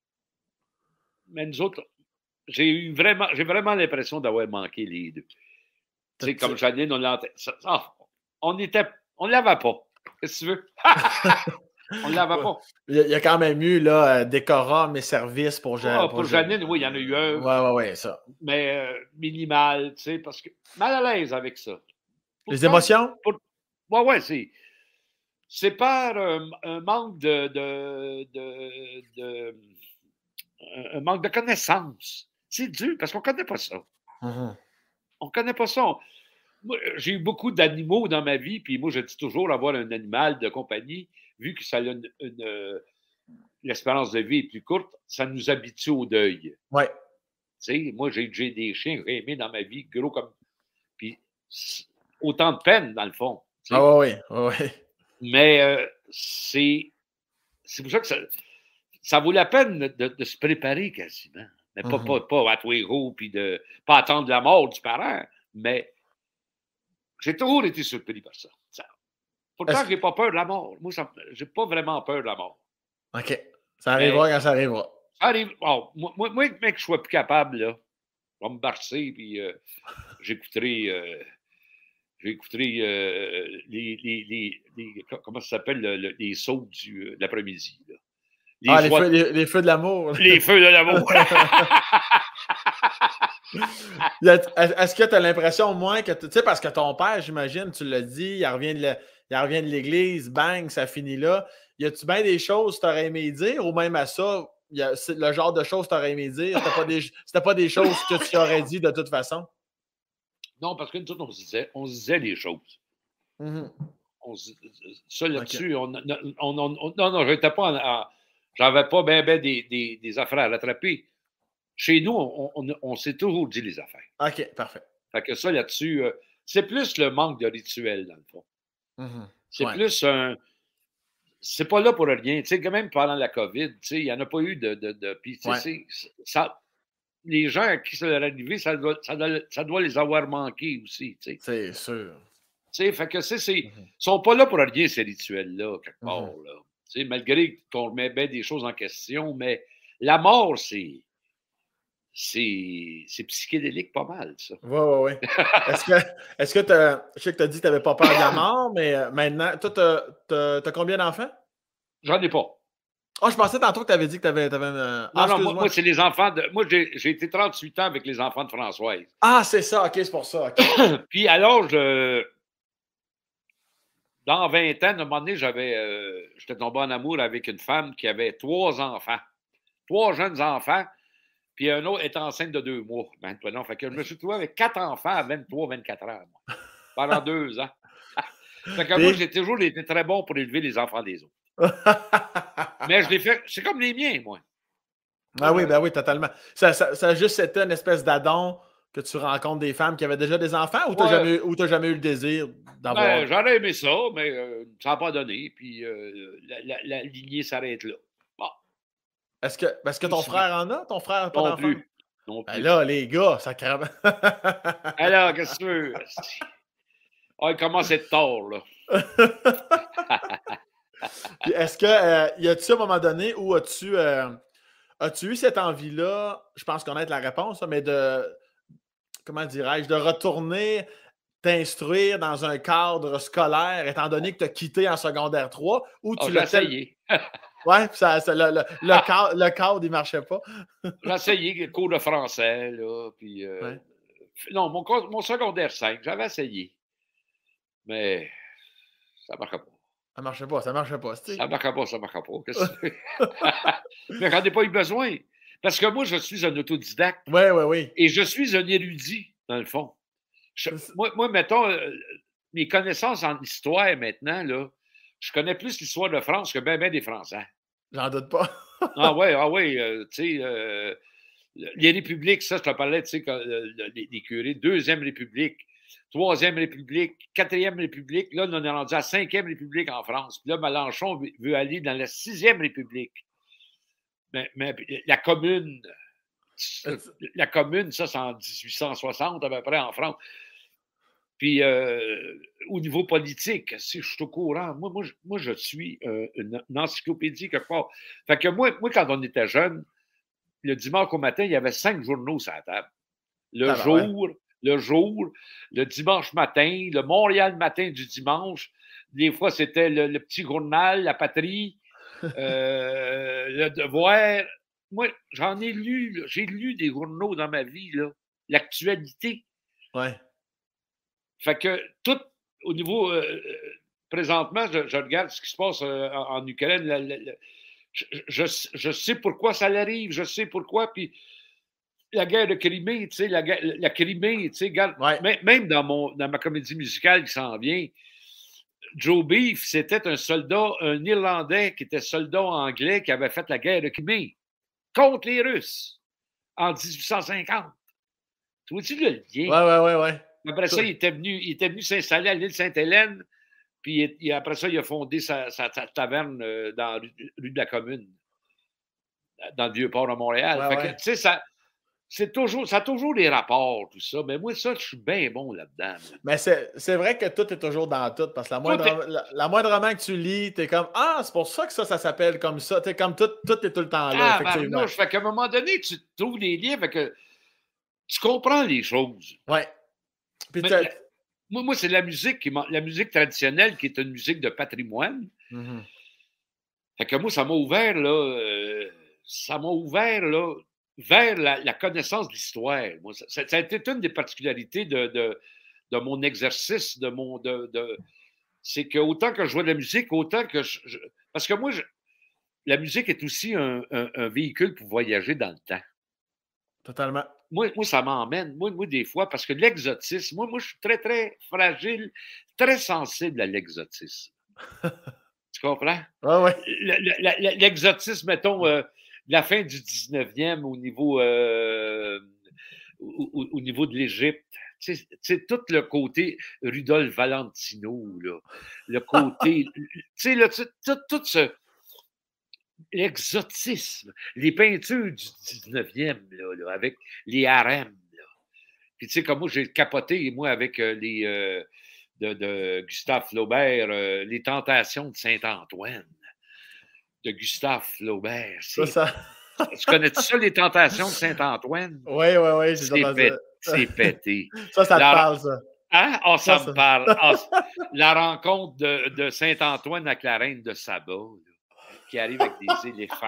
Mais nous autres, j'ai eu vraiment... J'ai vraiment l'impression d'avoir manqué les deux. Tu sais, comme Janine, on l'entend... Ah, on était... On ne l'avait pas. Qu'est-ce que tu veux? On ne l'avait pas. Il y a quand même eu, là, décorum et services pour Janine. Ah, pour Janine, oui, il y en a eu un. Oui, oui, oui, ça. Mais euh, minimal, tu sais, parce que... Mal à l'aise avec ça. Pourtant, les émotions? Oui, oui, ouais, c'est... C'est par un, un manque de, de, de, de un manque de connaissances. C'est dur parce qu'on ne connaît pas ça. Mm-hmm. On ne connaît pas ça. On... Moi, j'ai eu beaucoup d'animaux dans ma vie, puis moi, je dis toujours avoir un animal de compagnie, vu que ça a une, une, une l'espérance de vie est plus courte, ça nous habitue au deuil. Oui. Tu sais, moi, j'ai, j'ai des chiens que j'ai aimés dans ma vie, gros comme... Puis autant de peine, dans le fond. Ah oh, oui, oui, oui. Mais euh, c'est, c'est pour ça que ça, ça vaut la peine de, de se préparer quasiment. Mais pas, mm-hmm. pas, pas à tous les roues, puis de pas attendre la mort du parent. Mais j'ai toujours été surpris par ça. ça. Pourtant, Est-ce... je n'ai pas peur de la mort. Moi, je n'ai pas vraiment peur de la mort. OK. Ça arrivera mais, quand ça arrivera. Ça arrive. Oh, moi, moi, moi, mec, je sois plus capable, là, je vais me barcer, puis euh, j'écouterai... Euh, J'écouterai euh, les, les, les, les. Comment ça s'appelle? Le, le, les sauts du, de l'après-midi. Là. Les ah, soirs... les, feux, les, les feux de l'amour. Les feux de l'amour. Est-ce que tu as l'impression, au moins, que tu sais, parce que ton père, j'imagine, tu l'as dit, il revient de, la, il revient de l'église, bang, ça finit là. Y a-tu bien des choses que tu aurais aimé dire, ou même à ça, y a, le genre de choses que tu aurais aimé dire, c'était pas, des, c'était pas des choses que tu aurais dit de toute façon? Non, parce que nous autres, on se disait, on se disait les choses. Mm-hmm. On se, ça, là-dessus, okay. on, on, on, on, non, non, j'étais pas en, en, j'avais pas bien ben des, des, des affaires à rattraper. Chez nous, on, on, on s'est toujours dit les affaires. OK, parfait. Fait que ça, là-dessus, euh, c'est plus le manque de rituel, dans le fond. Mm-hmm. C'est ouais. plus un... C'est pas là pour rien. Tu sais, quand même pendant la COVID, tu sais, il n'y en a pas eu de... de, de puis, tu sais, ouais. ça... Les gens à qui ça leur est arrivé, ça doit, ça, doit, ça doit les avoir manqués aussi. Tu sais. C'est sûr. Tu sais, fait que c'est, c'est, mm-hmm. ils sont pas là pour rien, ces rituels-là, quelque part. Mm-hmm. Là. Tu sais, malgré qu'on remet bien des choses en question, mais la mort, c'est. c'est, c'est psychédélique pas mal, ça. Oui, oui, oui. Est-ce que, est-ce que t'as, je sais que tu as dit que tu n'avais pas peur de la mort, mais euh, maintenant, toi, tu as combien d'enfants? J'en ai pas. Ah, oh, je pensais tantôt que tu avais dit que tu avais, avais une... Ah, non, non, moi, moi c'est les enfants de. Moi, j'ai, j'ai été trente-huit ans avec les enfants de Françoise. Ah, c'est ça, ok, c'est pour ça. Okay. Puis alors, je. Dans vingt ans, à un moment donné, j'avais. Euh, j'étais tombé en amour avec une femme qui avait trois enfants. Trois jeunes enfants. Puis un autre est enceinte de deux mois. Maintenant, fait que je me suis trouvé avec quatre enfants à vingt-trois, vingt-quatre ans, moi, pendant deux ans. Fait que Puis... moi, j'ai toujours été très bon pour élever les enfants des autres. Mais je l'ai fait. C'est comme les miens, moi. Ah oui, ben oui, totalement. Ça, ça, ça a juste été une espèce d'addon que tu rencontres des femmes qui avaient déjà des enfants ou tu n'as ouais. jamais, jamais eu le désir d'avoir. Ben, j'aurais aimé ça, mais euh, ça n'a pas donné. Puis euh, la, la, la lignée s'arrête là. Bon. Est-ce que, est-ce que ton frère en a? Ton frère n'a pas d'enfant? Plus. Non plus. Ben là, les gars, ça crame. Alors, qu'est-ce que tu veux? Ah, il commence à être tard, là. Puis est-ce que, euh, y a-tu à un moment donné où as-tu, euh, as-tu eu cette envie-là, je pense connaître la réponse, mais de, comment dirais-je, de retourner t'instruire dans un cadre scolaire, étant donné que tu as quitté en secondaire trois, ou tu oh, l'as essayé. Ouais, ça, ça, le, le, le, cadre, le cadre, il ne marchait pas. J'ai essayé le cours de français, là, puis... Euh, ouais. Non, mon, mon secondaire cinq, j'avais essayé. Mais ça ne marchait pas. Ça ne marchait pas, ça ne marchait pas. Ça ne marchait pas, ça ne marchait pas. Qu'est-ce que tu Mais j'en ai pas eu besoin. Parce que moi, je suis un autodidacte. Oui, oui, oui. Et je suis un érudit, dans le fond. Je, moi, moi, mettons, euh, mes connaissances en histoire maintenant, là, je connais plus l'histoire de France que bien, bien des Français. J'en doute pas. ah ouais, ah ouais, euh, tu sais, euh, les républiques, ça, je te parlais, tu sais, euh, les, les curés, deuxième république, troisième république, quatrième république, là, on est rendu à cinquième république en France. Puis là, Mélenchon veut aller dans la sixième république. Mais, mais la commune, la commune, ça, c'est en dix-huit cent soixante à peu près en France. Puis, euh, au niveau politique, si je suis au courant, moi, moi, je, moi, je suis euh, une, une encyclopédie quelque part. Fait que moi, moi, quand on était jeune, le dimanche au matin, il y avait cinq journaux sur la table. Le ah, jour, ouais. le jour, le dimanche matin, le Montréal matin du dimanche. Des fois, c'était le, le petit journal, la patrie, euh, le devoir. Moi, j'en ai lu, là, j'ai lu des journaux dans ma vie, là. L'actualité. Ouais. Fait que tout au niveau euh, présentement, je, je regarde ce qui se passe euh, en, en Ukraine. La, la, la, je, je, je sais pourquoi ça l'arrive, je sais pourquoi. Puis la guerre de Crimée, tu sais, la, la Crimée, tu sais, ouais. même dans, mon, dans ma comédie musicale qui s'en vient, Joe Beef, c'était un soldat, un Irlandais qui était soldat anglais qui avait fait la guerre de Crimée contre les Russes en dix-huit cent cinquante. Tu vois-tu le lien? Ouais, ouais, ouais, ouais. Après ça, il était venu, il était venu s'installer à l'île Sainte-Hélène, puis il, après ça, il a fondé sa, sa, sa taverne dans la rue, rue de la Commune, dans le Vieux-Port de Montréal. Ouais, fait ouais. que, tu sais, ça, c'est toujours, ça a toujours des rapports, tout ça. Mais moi, ça, je suis bien bon là-dedans. Mais c'est, c'est vrai que tout est toujours dans tout, parce que la moindre, est... la, la moindrement que tu lis, t'es comme « Ah, c'est pour ça que ça, ça s'appelle comme ça. » T'es comme tout, tout est tout le temps là, ah, effectivement. Ben, fait qu'à un moment donné, tu trouves des liens, fait que tu comprends les choses. Ouais. Mais la, moi, moi c'est la musique, qui la musique traditionnelle qui est une musique de patrimoine. Mm-hmm. Fait que moi, ça m'a ouvert, là, euh, ça m'a ouvert, là, vers la, la connaissance de l'histoire. Moi, ça, ça a été une des particularités de, de, de mon exercice, de mon, de, de c'est que autant que je jouais de la musique, autant que je, je parce que moi, je, la musique est aussi un, un, un véhicule pour voyager dans le temps. Totalement. Moi, moi, ça m'emmène, moi, moi, des fois, parce que l'exotisme, moi, moi, je suis très, très fragile, très sensible à l'exotisme. Tu comprends? Ah ouais. L'exotisme, mettons, euh, la fin du dix-neuvième au niveau, euh, au, au niveau de l'Égypte. Tu sais, tout le côté Rudolph Valentino, là, le côté, tu sais, là, tout, tout ce... l'exotisme, les peintures du dix-neuvième, là, là, avec les harems. Là. Puis tu sais, comme moi, j'ai capoté, moi, avec euh, les euh, de, de Gustave Flaubert, euh, les tentations de Saint-Antoine, de Gustave Flaubert. Ça, ça... Tu connais-tu ça, les Tentations de Saint-Antoine? Oui, oui, oui, j'ai C'est entendu pété. C'est pété. Ça, ça te La- parle, ça. Hein? Ah, ça, Ça, me ça- parle. Ah, la rencontre de, de Saint-Antoine avec la reine de Saba, là, qui arrive avec des éléphants.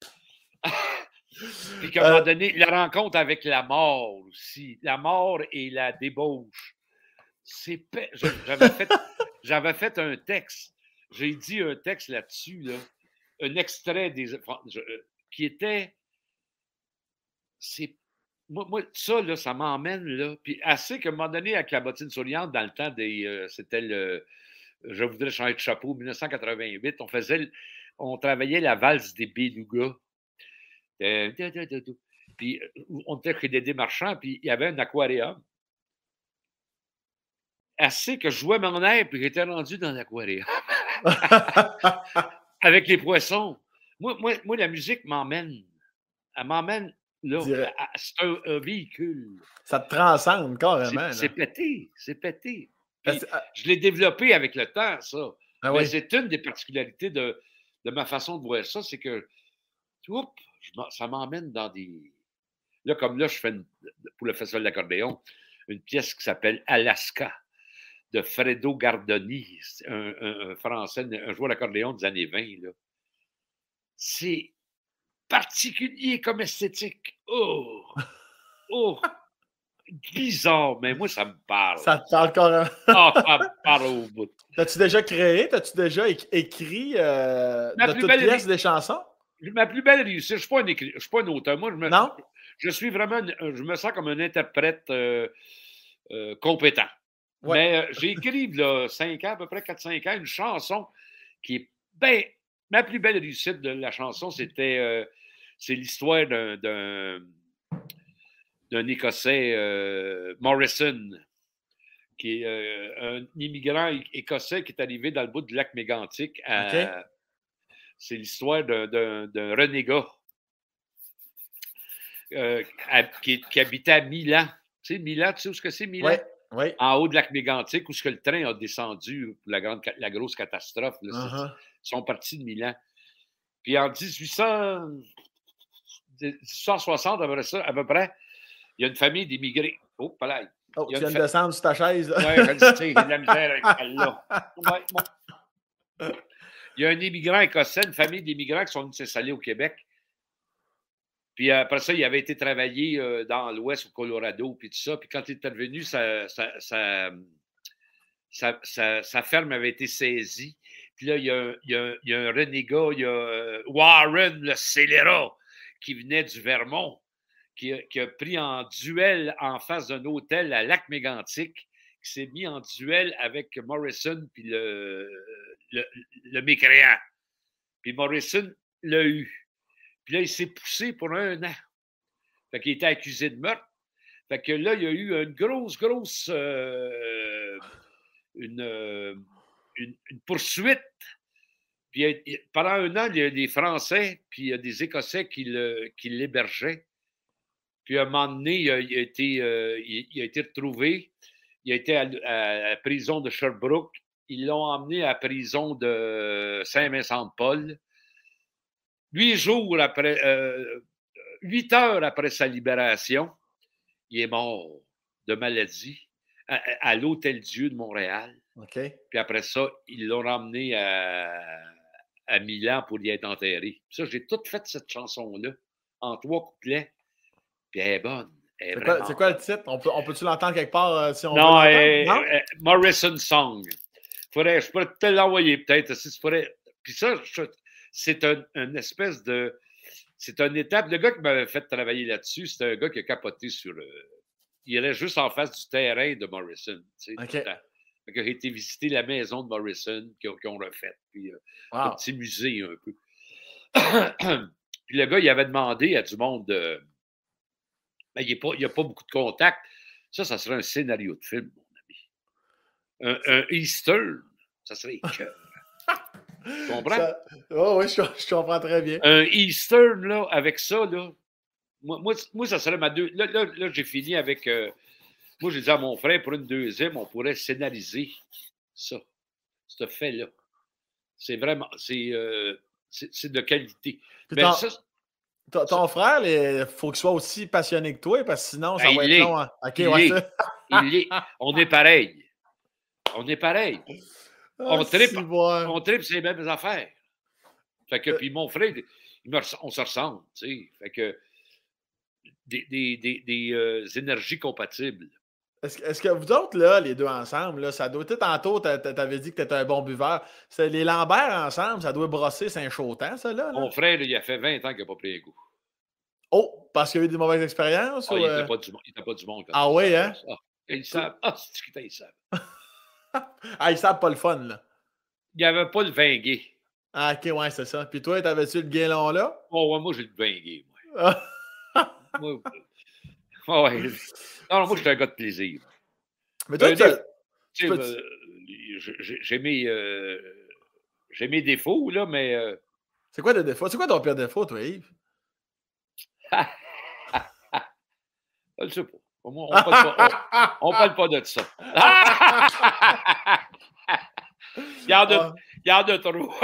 Puis qu'à un moment Euh, donné, la rencontre avec la mort aussi. La mort et la débauche. C'est pa- je- J'avais fait, j'avais fait un texte. J'ai dit un texte là-dessus, là, un extrait des, enfin, je- euh, qui était. C'est, moi, moi, ça, là, ça m'emmène, là. Puis assez qu'à un moment donné, avec la bottine souriante, dans le temps des. Euh, c'était le. Je voudrais changer de chapeau, dix-neuf cent quatre-vingt-huit, on faisait. le- on travaillait la valse des Bélugas. Euh, Puis euh, on était chez Dédé Marchand, puis il y avait un aquarium. Assez que je jouais mon air, puis j'étais rendu dans l'aquarium. Avec les poissons. Moi, moi, moi la musique m'emmène. Elle m'emmène là. Dirais- À- C'est un, un véhicule. Ça te transcende carrément. C'est c'est là. pété. C'est pété. Parce- Puis, ah, je l'ai développé avec le temps, ça. ah Mais oui. c'est une des particularités de, de ma façon de voir ça, c'est que oups, je m'en- ça m'emmène dans des. Là, comme là, je fais une- pour le Festival d'accordéon une pièce qui s'appelle Alaska de Fredo Gardoni, c'est un, un- un Français, un joueur d'accordéon des années vingt. Là. C'est particulier comme esthétique. Oh! Oh! Bizarre, mais moi, ça me parle. Ça te parle carrément. Ah, ça me parle au bout. T'as-tu déjà créé, t'as-tu déjà é- écrit euh, Ma de plus toutes belle pièces ré- des chansons? Ma plus belle réussite, je ne suis pas un écri- je suis pas un auteur. Moi, je me, Non? je suis vraiment, un- je me sens comme un interprète euh, euh, compétent. Ouais. Mais euh, j'ai écrit, là, cinq ans, à peu près quatre cinq ans, une chanson qui est, ben, ma plus belle réussite de la chanson, c'était, euh, c'est l'histoire d'un, d'un, d'un Écossais, euh, Morrison, qui est euh, un immigrant é- écossais qui est arrivé dans le bout du lac Mégantic. À- OK. C'est l'histoire d'un, d'un, d'un renégat euh, à- qui, qui habitait à Milan. Tu sais, Milan, tu sais où ce que c'est, Milan? Oui, oui. En haut de lac Mégantic, où ce que le train a descendu pour la, grande, la grosse catastrophe. Là, c'est- Uh-huh. Ils sont partis de Milan. Puis en dix-huit cents, dix-huit cent soixante, à peu près, ça, à peu près, il y a une famille d'immigrés. Oh, pas là. Oh, Il y a tu viens une de fa- descendre sur ta chaise. Là. Ouais, je le sais, j'ai de la misère avec celle-là. Ouais, bon. Il y a un immigrant écossais, une famille d'immigrants qui sont venus s'installer au Québec. Puis après ça, il avait été travaillé euh, dans l'Ouest, au Colorado, puis tout ça. Puis quand il était revenu, sa, sa, sa, sa, sa- sa ferme avait été saisie. Puis là, il y a, un- il y a un- il y a un renégat, il y a euh, Warren, le scélérat, qui venait du Vermont, qui a, qui a pris en duel en face d'un hôtel à Lac-Mégantic, qui s'est mis en duel avec Morrison puis le, le, le mécréant. Puis Morrison l'a eu. Puis là, il s'est poussé pour un an. Fait qu'il était accusé de meurtre. Fait que là, il y a eu une grosse, grosse euh, une, euh, une, une poursuite. Puis il y a- pendant un an, il y a des Français puis il y a des Écossais qui, le, qui l'hébergeaient. Puis à un moment donné, il a, il a été, euh, il, il a été retrouvé. Il a été à, à la prison de Sherbrooke. Ils l'ont emmené à la prison de Saint-Vincent-de-Paul. Huit jours après, euh, huit heures après sa libération, il est mort de maladie à, à l'Hôtel Dieu de Montréal. OK. Puis après ça, ils l'ont ramené à, à Milan pour y être enterré. Puis ça, j'ai tout fait cette chanson-là en trois couplets. Puis elle est bonne. Elle est C'est quoi, vraiment c'est quoi le bonne. titre? On, peut, on peut-tu l'entendre quelque part euh, si on Non, veut elle- l'entendre? Non? elle- Morrison Song. Faudrait, je pourrais te l'envoyer peut-être. Si tu pourrais. Puis ça, je- c'est un, une espèce de. C'est une étape. Le gars qui m'avait fait travailler là-dessus, c'était un gars qui a capoté sur. Euh, il allait juste en face du terrain de Morrison. Tu sais, OK. tout le temps. Fait que j'ai été visiter la maison de Morrison qu'ils ont, qu'ils ont refaite. Puis euh, un Wow. petit musée un peu. Puis le gars, il avait demandé à du monde. Euh, ben, il n'y a pas beaucoup de contacts. Ça, ça serait un scénario de film, mon ami. Un, un Eastern, ça serait écœurant. Tu comprends? Ça... Oh, oui, je, je comprends très bien. Un Eastern, là, avec ça, là, moi, moi, moi ça serait ma deux. Là, là, là j'ai fini avec. Euh, moi, j'ai dit à mon frère, pour une deuxième, on pourrait scénariser ça, ce fait-là. C'est vraiment. C'est, euh, c'est, c'est de qualité. Puis Mais t'en, ça, ton, ton frère, il faut qu'il soit aussi passionné que toi, parce que sinon, ça Ben, va il être est. long. Hein? OK, Il ouais, est. ça. Il est. On est pareil. On est pareil. On Ah, tripe, si, ouais. on tripe ces mêmes affaires. Fait que, Euh, puis mon frère, il me res- on se ressemble, tu sais. Fait que, des, des, des, des euh, énergies compatibles. Est-ce, que- est-ce que vous autres, là, les deux ensemble, là, ça doit être tantôt, t'a- t'a- t'avais dit que t'étais un bon buveur. C'est les Lambert ensemble, ça doit brosser Saint-Chautan, ça, là, là? Mon frère, là, il a fait vingt ans qu'il n'a pas pris un coup. Oh, parce qu'il y a eu des mauvaises expériences? Ah, ou, il euh? n'était pas, du monde- il était pas du monde quand Ah il oui, savait hein? ça. Ah, ils savent. Ah, c'est qu'ils savent. Ah, ils savent pas le fun, là. Il n'y avait pas le vin gay. Ah, OK, ouais, c'est ça. Puis toi, t'avais-tu le guélon là? Oh, ouais, moi, j'ai le vin gay, moi. Ah. Moi, ah ouais. Non, non, moi, je suis un gars de plaisir. Mais toi, Euh, tu des- tu tu sais, peux- euh, j'ai- j'ai j'ai mes, euh, j'ai mes défauts, là, mais euh, c'est quoi tes défauts? C'est quoi ton pire défaut, toi, Yves? je ne sais pas. Au moins, on ne parle, pas- on- on parle pas de ça. Il y en a, Ah. il y en a trop.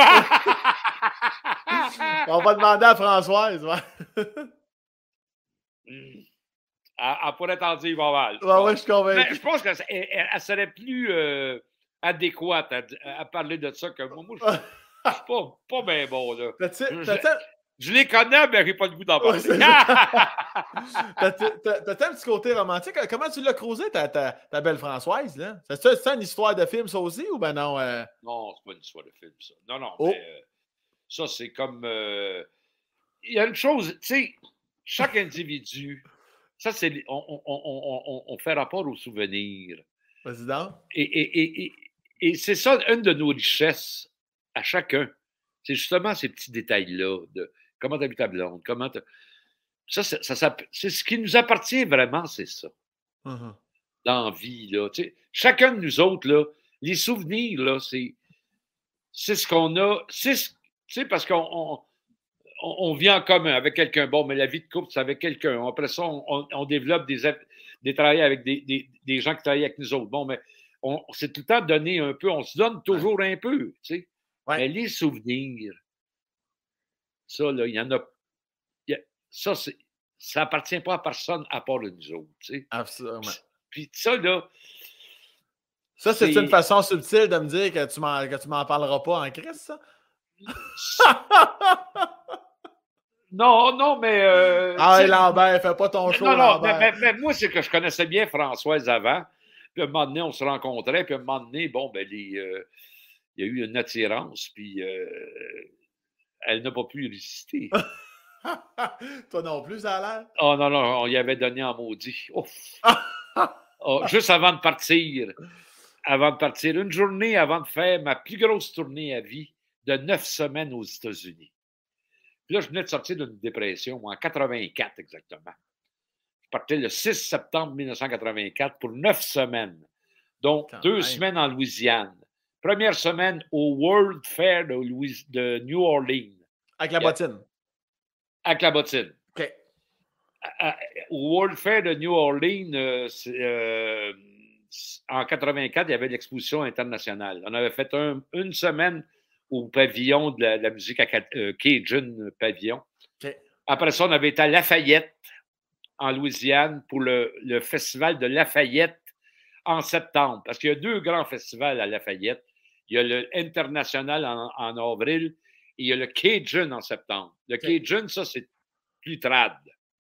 On va demander à Françoise, ouais. Hmm. Elle, elle pourrait t'en dire pas mal. je Ouais, pense. ouais, je suis Mais convaincu. je pense qu'elle elle- elle serait plus euh, adéquate à, à parler de ça que moi. Moi, je ne suis pas, pas bien bon. Là. T'as-tu Je, t'as-tu- je les connais, mais j'ai pas le goût d'en Ouais, parler. c'est ça. t'as-tu- t'as- t'as-tu un petit côté romantique? Comment tu l'as creusé, ta, ta, ta belle Françoise, là? C'est ça, c'est ça une histoire de film, ça aussi, ou ben non? euh? Non, c'est pas une histoire de film, ça. Non, non, Oh. mais euh, ça, c'est comme. euh, Il y a une chose, tu sais, chaque individu, ça, c'est. On, on, on, on, on fait rapport aux souvenirs. Vas-y donc. Et, et, et, et, et c'est ça, une de nos richesses à chacun. C'est justement ces petits détails-là de comment tu as vu ta blonde, comment t'as- ça, ça, ça, ça- c'est ce qui nous appartient vraiment, c'est ça, Mhm. dans la vie. Là. Tu sais, chacun de nous autres, là, les souvenirs, là, c'est, c'est ce qu'on a. C'est ce- tu sais, parce qu'on on, on, on vit en commun avec quelqu'un. Bon, mais la vie de couple, c'est avec quelqu'un. Après ça, on, on- on développe des, app- des travails avec des, des, des gens qui travaillent avec nous autres. Bon, mais on, c'est tout le temps donné un peu. On se donne toujours un peu, tu sais. Ouais. Mais les souvenirs, ça, là, il y en a. il y a- ça, c'est, ça appartient pas à personne à part de nous autres, tu sais. Absolument. Puis ça, là, Ça, c'est c'est- une façon subtile de me dire que tu m'en, que tu m'en parleras pas en crise, ça? non, non, mais. euh, Ah, tu sais, Lambert, fais pas ton show, non, non, mais, Lambert. mais- mais moi, c'est que je connaissais bien Françoise avant. Puis à un moment donné, on se rencontrait. Puis à un moment donné, bon, ben, les, euh, il y a eu une attirance. Puis euh, elle n'a pas pu résister. Toi non plus, ça a l'air. Oh non, non, on y avait donné en maudit. Ouf. Oh, juste avant de partir, avant de partir, une journée avant de faire ma plus grosse tournée à vie de neuf semaines aux États-Unis. Puis là, je venais de sortir d'une dépression, en quatre-vingt-quatre exactement. Je partais le six septembre mille neuf cent quatre-vingt-quatre pour neuf semaines, donc Quand deux même. semaines en Louisiane. Première semaine au World Fair de, Louis- de New Orleans, Avec la Yeah. bottine. avec la bottine. OK. À- à- au World Fair de New Orleans, euh, c'est, euh, en quatre-vingt-quatre, il y avait l'exposition internationale. On avait fait un- une semaine au pavillon de la, de la musique aca- euh, Cajun pavillon. OK. Après ça, on avait été à Lafayette, en Louisiane, pour le, le festival de Lafayette en septembre. Parce qu'il y a deux grands festivals à Lafayette. Il y a le international en, en avril et il y a le Cajun en septembre. Le OK. Cajun, ça, c'est plus trad.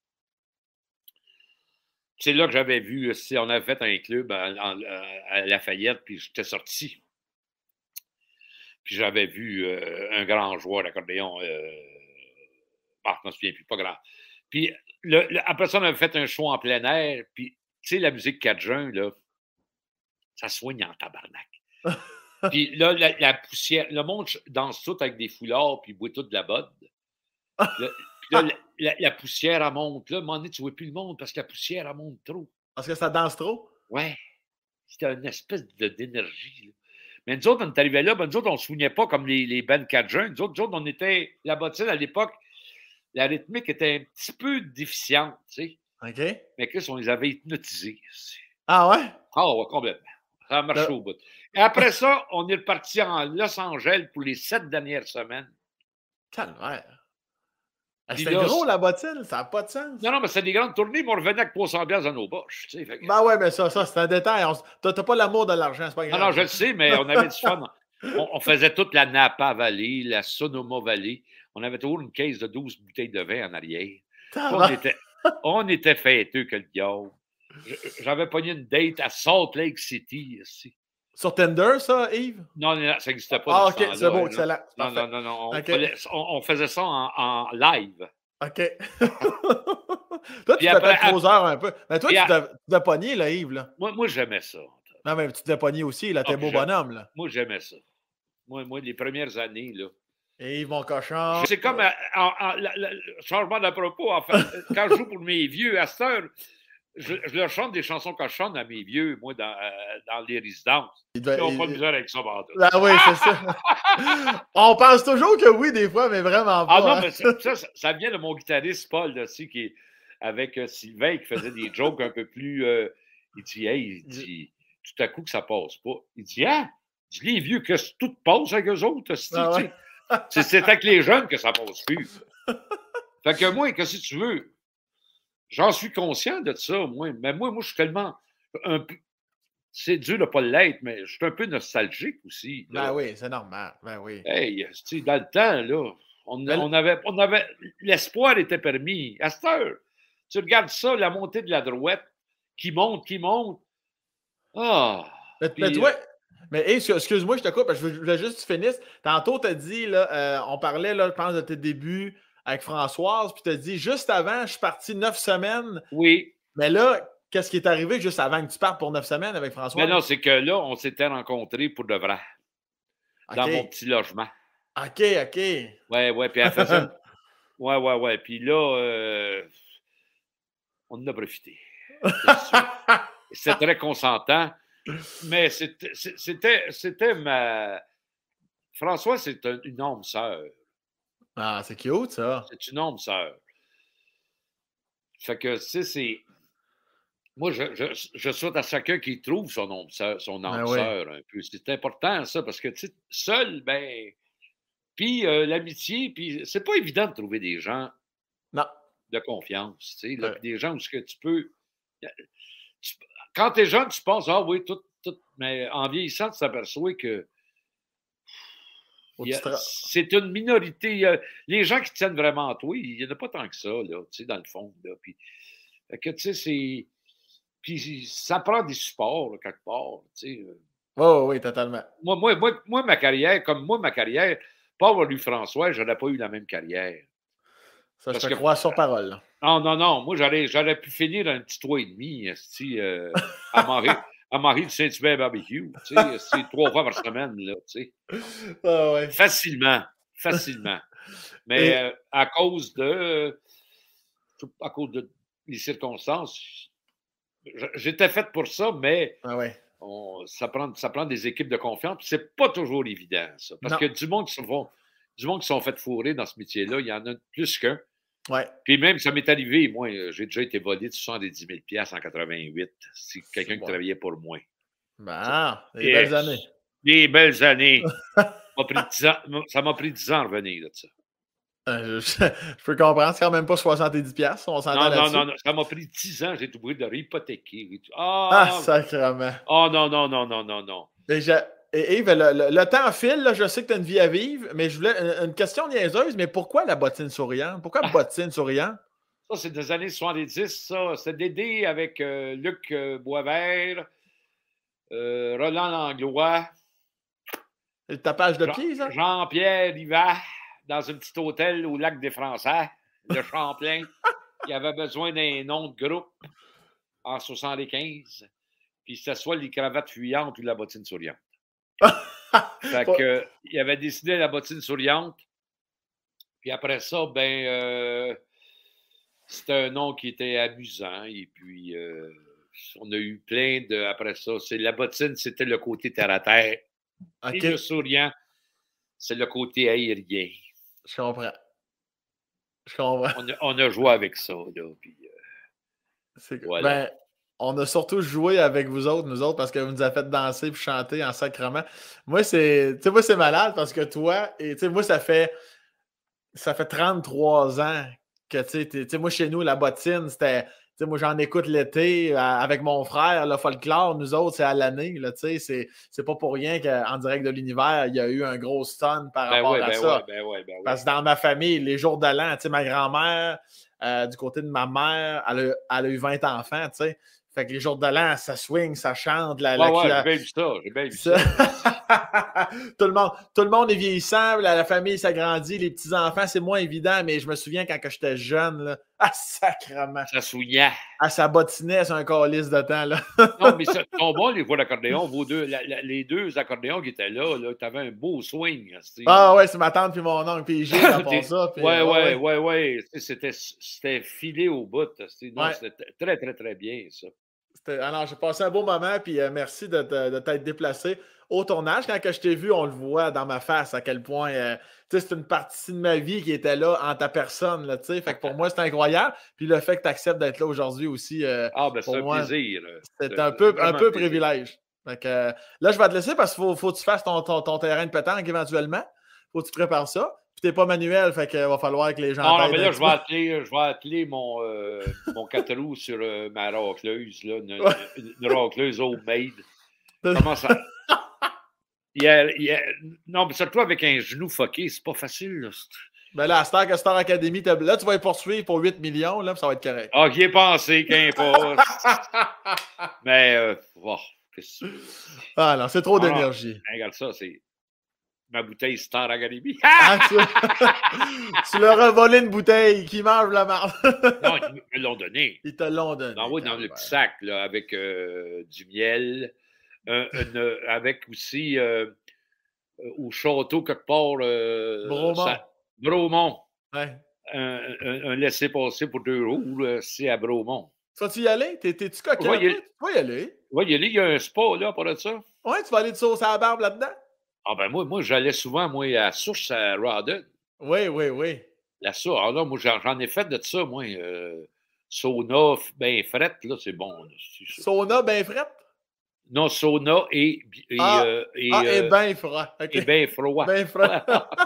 C'est là que j'avais vu, si on avait fait un club à, en- à Lafayette, puis j'étais sorti. Puis j'avais vu euh, un grand joueur d'accordéon. Euh, ah, je ne me souviens plus, pas grand. Puis le, le- après ça, on avait fait un show en plein air. Puis, tu sais, la musique cajun, là, ça soigne en tabarnak. Puis là, la, la poussière, le monde danse tout avec des foulards, puis boit tout de la bode. Le- puis là, la, la- la poussière, elle monte. Là, à un moment donné, tu ne vois plus le monde parce que la poussière, elle monte trop. Parce que ça danse trop? Ouais. C'était une espèce de- d'énergie. Là. Mais nous autres, on est arrivés là, ben, nous autres, on ne se souvenait pas comme les, les bands cajun. Nous autres, nous autres, on était. La bottine, à l'époque, la rythmique était un petit peu déficiente, tu sais. OK. Mais Chris, on les avait hypnotisés. Ah ouais? Ah, ouais, complètement. Ça a marché Le- au bout. Et après ça, on est reparti en Los Angeles pour les sept dernières semaines. Calvaire. Ah, Puis c'était là, gros, la bottine, ça n'a pas de sens. non, non, mais c'était des grandes tournées, mais on revenait avec trois cents piastres dans nos poches. Tu sais, fait que... Ben ouais, mais ça, ça c'est un détail. On... T'as pas l'amour de l'argent, c'est pas Non, grave. non, je le sais, mais on avait du fun. On, on faisait toute la Napa Valley, la Sonoma Valley. On avait toujours une caisse de douze bouteilles de vin en arrière. On était, on était fêteux que le diable. J'avais pogné une date à Salt Lake City. Ici. Sur Tinder, ça, Yves? Non, non, ça n'existait pas. Ah, ok, c'est beau, non. excellent. Non, non, non, non. On, okay. fallait, on, on faisait ça en, en live. OK. Toi, tu t'appelles trop heures un peu. Mais toi, tu t'es pogné, là, Yves. Là. Moi, moi j'aimais ça. Non, mais tu t'es pogné aussi, là, t'es beau bonhomme. Là. Moi, j'aimais ça. Moi, moi, les premières années, là. Et Yves, mon cochon. C'est comme un changement d'à propos. En fait, quand je joue pour mes vieux, à cette heure, je, je leur chante des chansons cochonnes à mes vieux, moi, dans, euh, dans les résidences. Ils n'ont pas de misère avec ça, pardon. Ah oui, c'est ça. On pense toujours que oui, des fois, mais vraiment pas. Ah non, hein. mais ça, ça, ça vient de mon guitariste Paul, là, aussi, qui est avec euh, Sylvain, qui faisait des jokes un peu plus... Euh, il dit, hey, il dit, tout à coup que ça passe pas. Il dit, ah, dis les vieux que tout passe avec eux autres. Ah ouais. C'est avec les jeunes que ça passe plus. Fait que moi, qu'est-ce que tu veux? J'en suis conscient de ça, moi. Mais moi, moi, je suis tellement... Un peu... C'est dur de ne pas l'être, mais je suis un peu nostalgique aussi. Là. Ben oui, c'est normal. Ben oui. Hey, dans le temps, là, on, ben... on avait... On avait l'espoir était permis. À cette heure, tu regardes ça, la montée de la droite, qui monte, qui monte. Ah! Mais, puis, mais toi... Mais hey, excuse-moi, je te coupe, je voulais juste que tu finisses. Tantôt, tu as dit, là, euh, on parlait, là, je pense, de tes débuts avec Françoise, puis tu as dit, juste avant, je suis parti neuf semaines. Oui. Mais là, qu'est-ce qui est arrivé juste avant que tu partes pour neuf semaines avec Françoise? Mais non, c'est que là, on s'était rencontrés pour de vrai. Dans okay. mon petit logement. OK, OK. Ouais, ouais, puis elle faisait... ouais, ouais, ouais. Puis là, euh... on en a profité. C'était très consentant. Mais c'était, c'était, c'était ma... François, c'est un, une âme sœur. Ah, c'est cute, ça. C'est une âme sœur. Fait que, tu sais, c'est... Moi, je, je, je souhaite à chacun qui trouve son âme sœur, son âme ben sœur oui. un peu. C'est important, ça, parce que, tu sais, seul, ben... Puis euh, l'amitié, puis c'est pas évident de trouver des gens non. de confiance, tu sais, ouais. des gens où ce que tu peux... Tu... Quand tu es jeune, tu penses, ah oui, tout, tout, mais en vieillissant, tu t'aperçois que a... c'est une minorité. A... Les gens qui tiennent vraiment à toi, il n'y en a pas tant que ça, là, tu sais, dans le fond. Là. Puis, que, tu sais, c'est... Puis ça prend des supports, là, quelque part, tu sais. Oh, oui, totalement. Moi, moi, moi, moi, ma carrière, comme moi, ma carrière, pas avoir eu François, je n'aurais pas eu la même carrière. Ça, je te que... crois sur parole. Là. Non, non, non. Moi, j'aurais, j'aurais pu finir un petit trois et demi, euh, à Marie, à Marie de Saint-Hubert Barbecue. Tu sais, c'est trois fois par semaine, là, tu sais. Ah ouais. Facilement, facilement. Mais et... euh, à cause de, à cause de les circonstances, j'étais fait pour ça, mais ah ouais. on, ça prend, ça prend des équipes de confiance. C'est pas toujours évident, ça, parce non. que du monde qui se font, du monde qui sont fait fourrer dans ce métier-là, il y en a plus qu'un. Ouais. Puis même, ça m'est arrivé, moi, j'ai déjà été volé de soixante-dix mille dollars en quatre-vingt-huit. C'est quelqu'un qui travaillait pour moi. Ben, des yes. belles années. Des belles années. ça, m'a pris dix ans, ça m'a pris dix ans à revenir de ça. Euh, je, je peux comprendre, c'est quand même pas soixante-dix dollars, on s'entend non, là-dessus. Non, non, non, ça m'a pris dix ans, j'ai été obligé de réhypothéquer. Oh, ah, sacrément. Oh, non, non, non, non, non, non. Mais je... Et Yves, le, le, le temps file, là, je sais que tu as une vie à vivre, mais je voulais une, une question niaiseuse, mais pourquoi la bottine souriante? Pourquoi ah. bottine souriante? Ça, c'est des années soixante-dix, ça. C'était Dédé avec euh, Luc euh, Boisvert, euh, Roland Langlois. Le tapage de Jean, pied, ça? Jean-Pierre Rivat, dans un petit hôtel au lac des Français, le Champlain. Il avait besoin d'un nom de groupe en soixante-quinze. Puis c'était soit les cravates fuyantes ou la bottine souriante. Fait que, il avait décidé la bottine souriante. Puis après ça, ben, euh, c'était un nom qui était amusant. Et puis, euh, on a eu plein de. Après ça, c'est la bottine, c'était le côté terre à terre. Okay. Et le souriant, c'est le côté aérien. Je comprends. Je comprends. On a, on a joué avec ça, là. Puis, euh, c'est voilà. Ben, on a surtout joué avec vous autres, nous autres, parce que vous nous avez fait danser et chanter en sacrement. Moi, c'est. Tu sais, moi, c'est malade parce que toi, et tu sais, moi, ça fait. Ça fait trente-trois ans que, tu sais, moi, chez nous, la bottine, c'était... Tu sais, moi, j'en écoute l'été euh, avec mon frère, le folklore, nous autres, c'est à l'année. Tu sais, c'est, c'est pas pour rien qu'en direct de l'univers, il y a eu un gros stun par Ben rapport ouais, à ben ça. ouais, ben ouais, ben ouais. Parce que dans ma famille, les jours de l'an, tu sais, ma grand-mère, euh, du côté de ma mère, elle a, elle a eu vingt enfants, tu sais. Fait que les jours de l'an, ça swing, ça chante. La, Ouais, la, ouais, la- j'ai bien vu ça, j'ai bien vu ça. ça. tout, le monde, tout le monde est vieillissant, la, la famille s'agrandit, les petits-enfants, c'est moins évident, mais je me souviens quand que j'étais jeune, là, ah, sacrement. Ça souillait. Ah, ça bottinait sur un calice de temps, là. Non, mais ça sont bons, les voix d'accordéon. Vos deux, la, la, les deux accordéons qui étaient là, là tu avais un beau swing. C'était... Ah ouais, c'est ma tante puis mon oncle, puis j'ai à part ça. Puis, ouais, euh, ouais, ouais, ouais, ouais. C'était, c'était filé au bout. C'était, non, ouais. c'était très, très, très bien, ça. C'était... Alors, j'ai passé un beau moment, puis euh, merci de, de, de t'être déplacé au tournage. Quand que je t'ai vu, on le voit dans ma face à quel point euh, c'est une partie de ma vie qui était là en ta personne. Là, fait que pour moi, c'est incroyable. Puis le fait que tu acceptes d'être là aujourd'hui aussi, euh, ah, ben, pour c'est un moi, plaisir. c'est, c'est un peu, un peu plaisir. privilège. Fait que, euh, là, je vais te laisser parce qu'il faut, faut que tu fasses ton, ton, ton terrain de pétanque éventuellement. Faut que tu prépares ça. Puis t'es pas manuel, fait qu'il va falloir que les gens... Non, non, mais là, je vais, atteler, je vais atteler mon, euh, mon quatre roues sur euh, ma racleuse, là, une, ouais. une, une racleuse homemade. Comment ça... il y a, il y a... Non, mais surtout avec un genou fucké, c'est pas facile. Là. Ben là, à Star, que Star Academy, là, tu vas y poursuivre pour huit millions, là, ça va être correct. Ah, j'y ai pensé, qu'importe. mais, euh, oh, ah non, c'est trop ah, d'énergie. Non, regarde ça, c'est ma bouteille Star Academy. Ah, tu... tu leur as volé une bouteille qui mange la marde. non, ils me l'ont donné. Ils te l'ont donné. Non, oui, dans le petit sac, là, avec euh, du miel, un, un, euh, avec aussi euh, au château quelque part. Euh, Bromont. Ça, Bromont. Ouais. Un, un, un laissez-passer pour deux roues, c'est à Bromont. Tu vas-y y aller? T'es, t'es-tu coquin? Ouais, tu vas y aller. Oui, il y a, il y a un spa, là, pour ça. Ouais, tu vas aller de sauce à la barbe là-dedans? Ah ben moi, moi j'allais souvent, moi, à Source à Rawdon. Oui, oui, oui. La source, alors là, moi, j'en, j'en ai fait de ça, moi. Euh, sauna, ben frette, là, c'est bon. Là, c'est sauna, ben frette? Non, sauna et... et ah, euh, et, ah, euh, et ben froid. Okay. Et ben froid. Ben froid.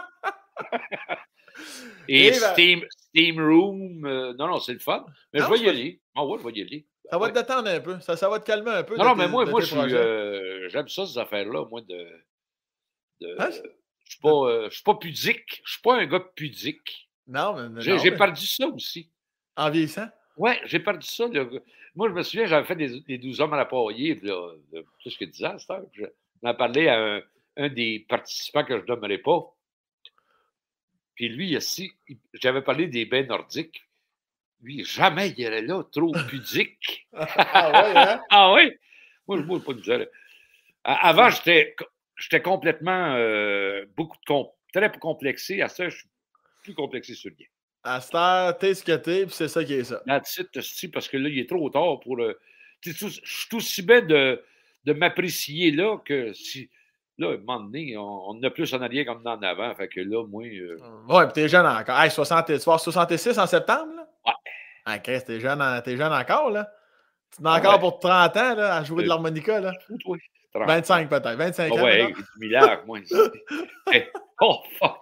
et et steam, ben... steam room. Euh, non, non, c'est le fun. Mais non, je vais y aller. Ah ouais, je vais y aller. Ça va te détendre un peu. Ça, ça va te calmer un peu. Non, non, tes, mais moi, moi je euh, j'aime ça, ces affaires-là, moi, de... de hein? Je suis pas, euh, pas pudique. Je suis pas un gars pudique. Non, mais... J'ai, non, j'ai mais... perdu ça aussi. En vieillissant? Oui, j'ai perdu ça. Là. Moi, je me souviens, j'avais fait des, des douze hommes à la paillée, là, de plus que dix ans, cette heure. J'en ai parlé à un, un des participants que je ne nommerai pas. Puis lui, aussi, j'avais parlé des bains nordiques. Lui, jamais il allait là, trop pudique. ah oui, hein? Ah oui? Moi, je ne pas dire. Avant, j'étais, j'étais complètement euh, beaucoup de com- très complexé. À ça, je suis plus complexé sur le lien. À cette heure, t'es ce que t'es, puis c'est ça qui est ça. That's it, parce que là, il est trop tard pour... Euh, je suis aussi bien de, de m'apprécier là que si... Là, à un moment donné, on, on a plus en arrière comme en avant. Fait que là, moi... Euh... Ouais, puis t'es jeune encore. Hey, soixante, tu vas avoir soixante-six en septembre, là? Ouais. Ah, Chris, t'es jeune, t'es jeune encore, là? Tu as encore ouais. pour trente ans, là, à jouer euh, de l'harmonica, là? Oui, vingt-cinq peut-être, vingt-cinq oh, ans. Ouais, milliards, moi. hey. Oh, fuck!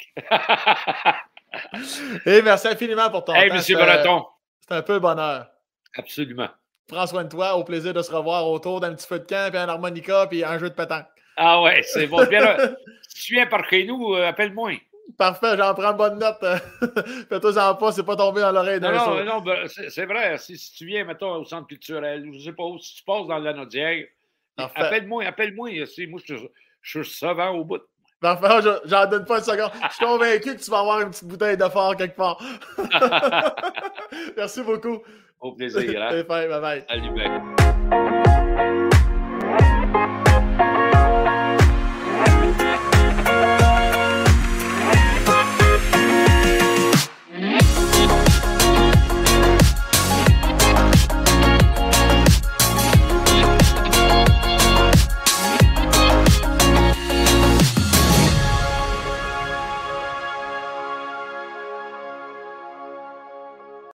Et merci infiniment pour ton hey, temps. Monsieur Breton. C'est un peu bonheur. Absolument. Prends soin de toi. Au plaisir de se revoir autour d'un petit feu de camp, puis un harmonica, puis un jeu de pétanque. Ah ouais, c'est bon. Bien là, si tu viens par chez nous, euh, appelle-moi. Parfait, j'en prends bonne note. Fais-toi-en pas, c'est pas tombé dans l'oreille d'un Non, non, non ben, c'est, c'est vrai. Si, si tu viens, mettons, au centre culturel, je sais pas où, si tu passes dans la Naudière, appelle-moi, appelle-moi. Si, moi, je, je suis savant au bout. Parfait, je, j'en donne pas une seconde. Je suis convaincu que tu vas avoir une petite bouteille de fort quelque part. Merci beaucoup. Au plaisir. Hein? C'est fait, bye bye. Salut, mec.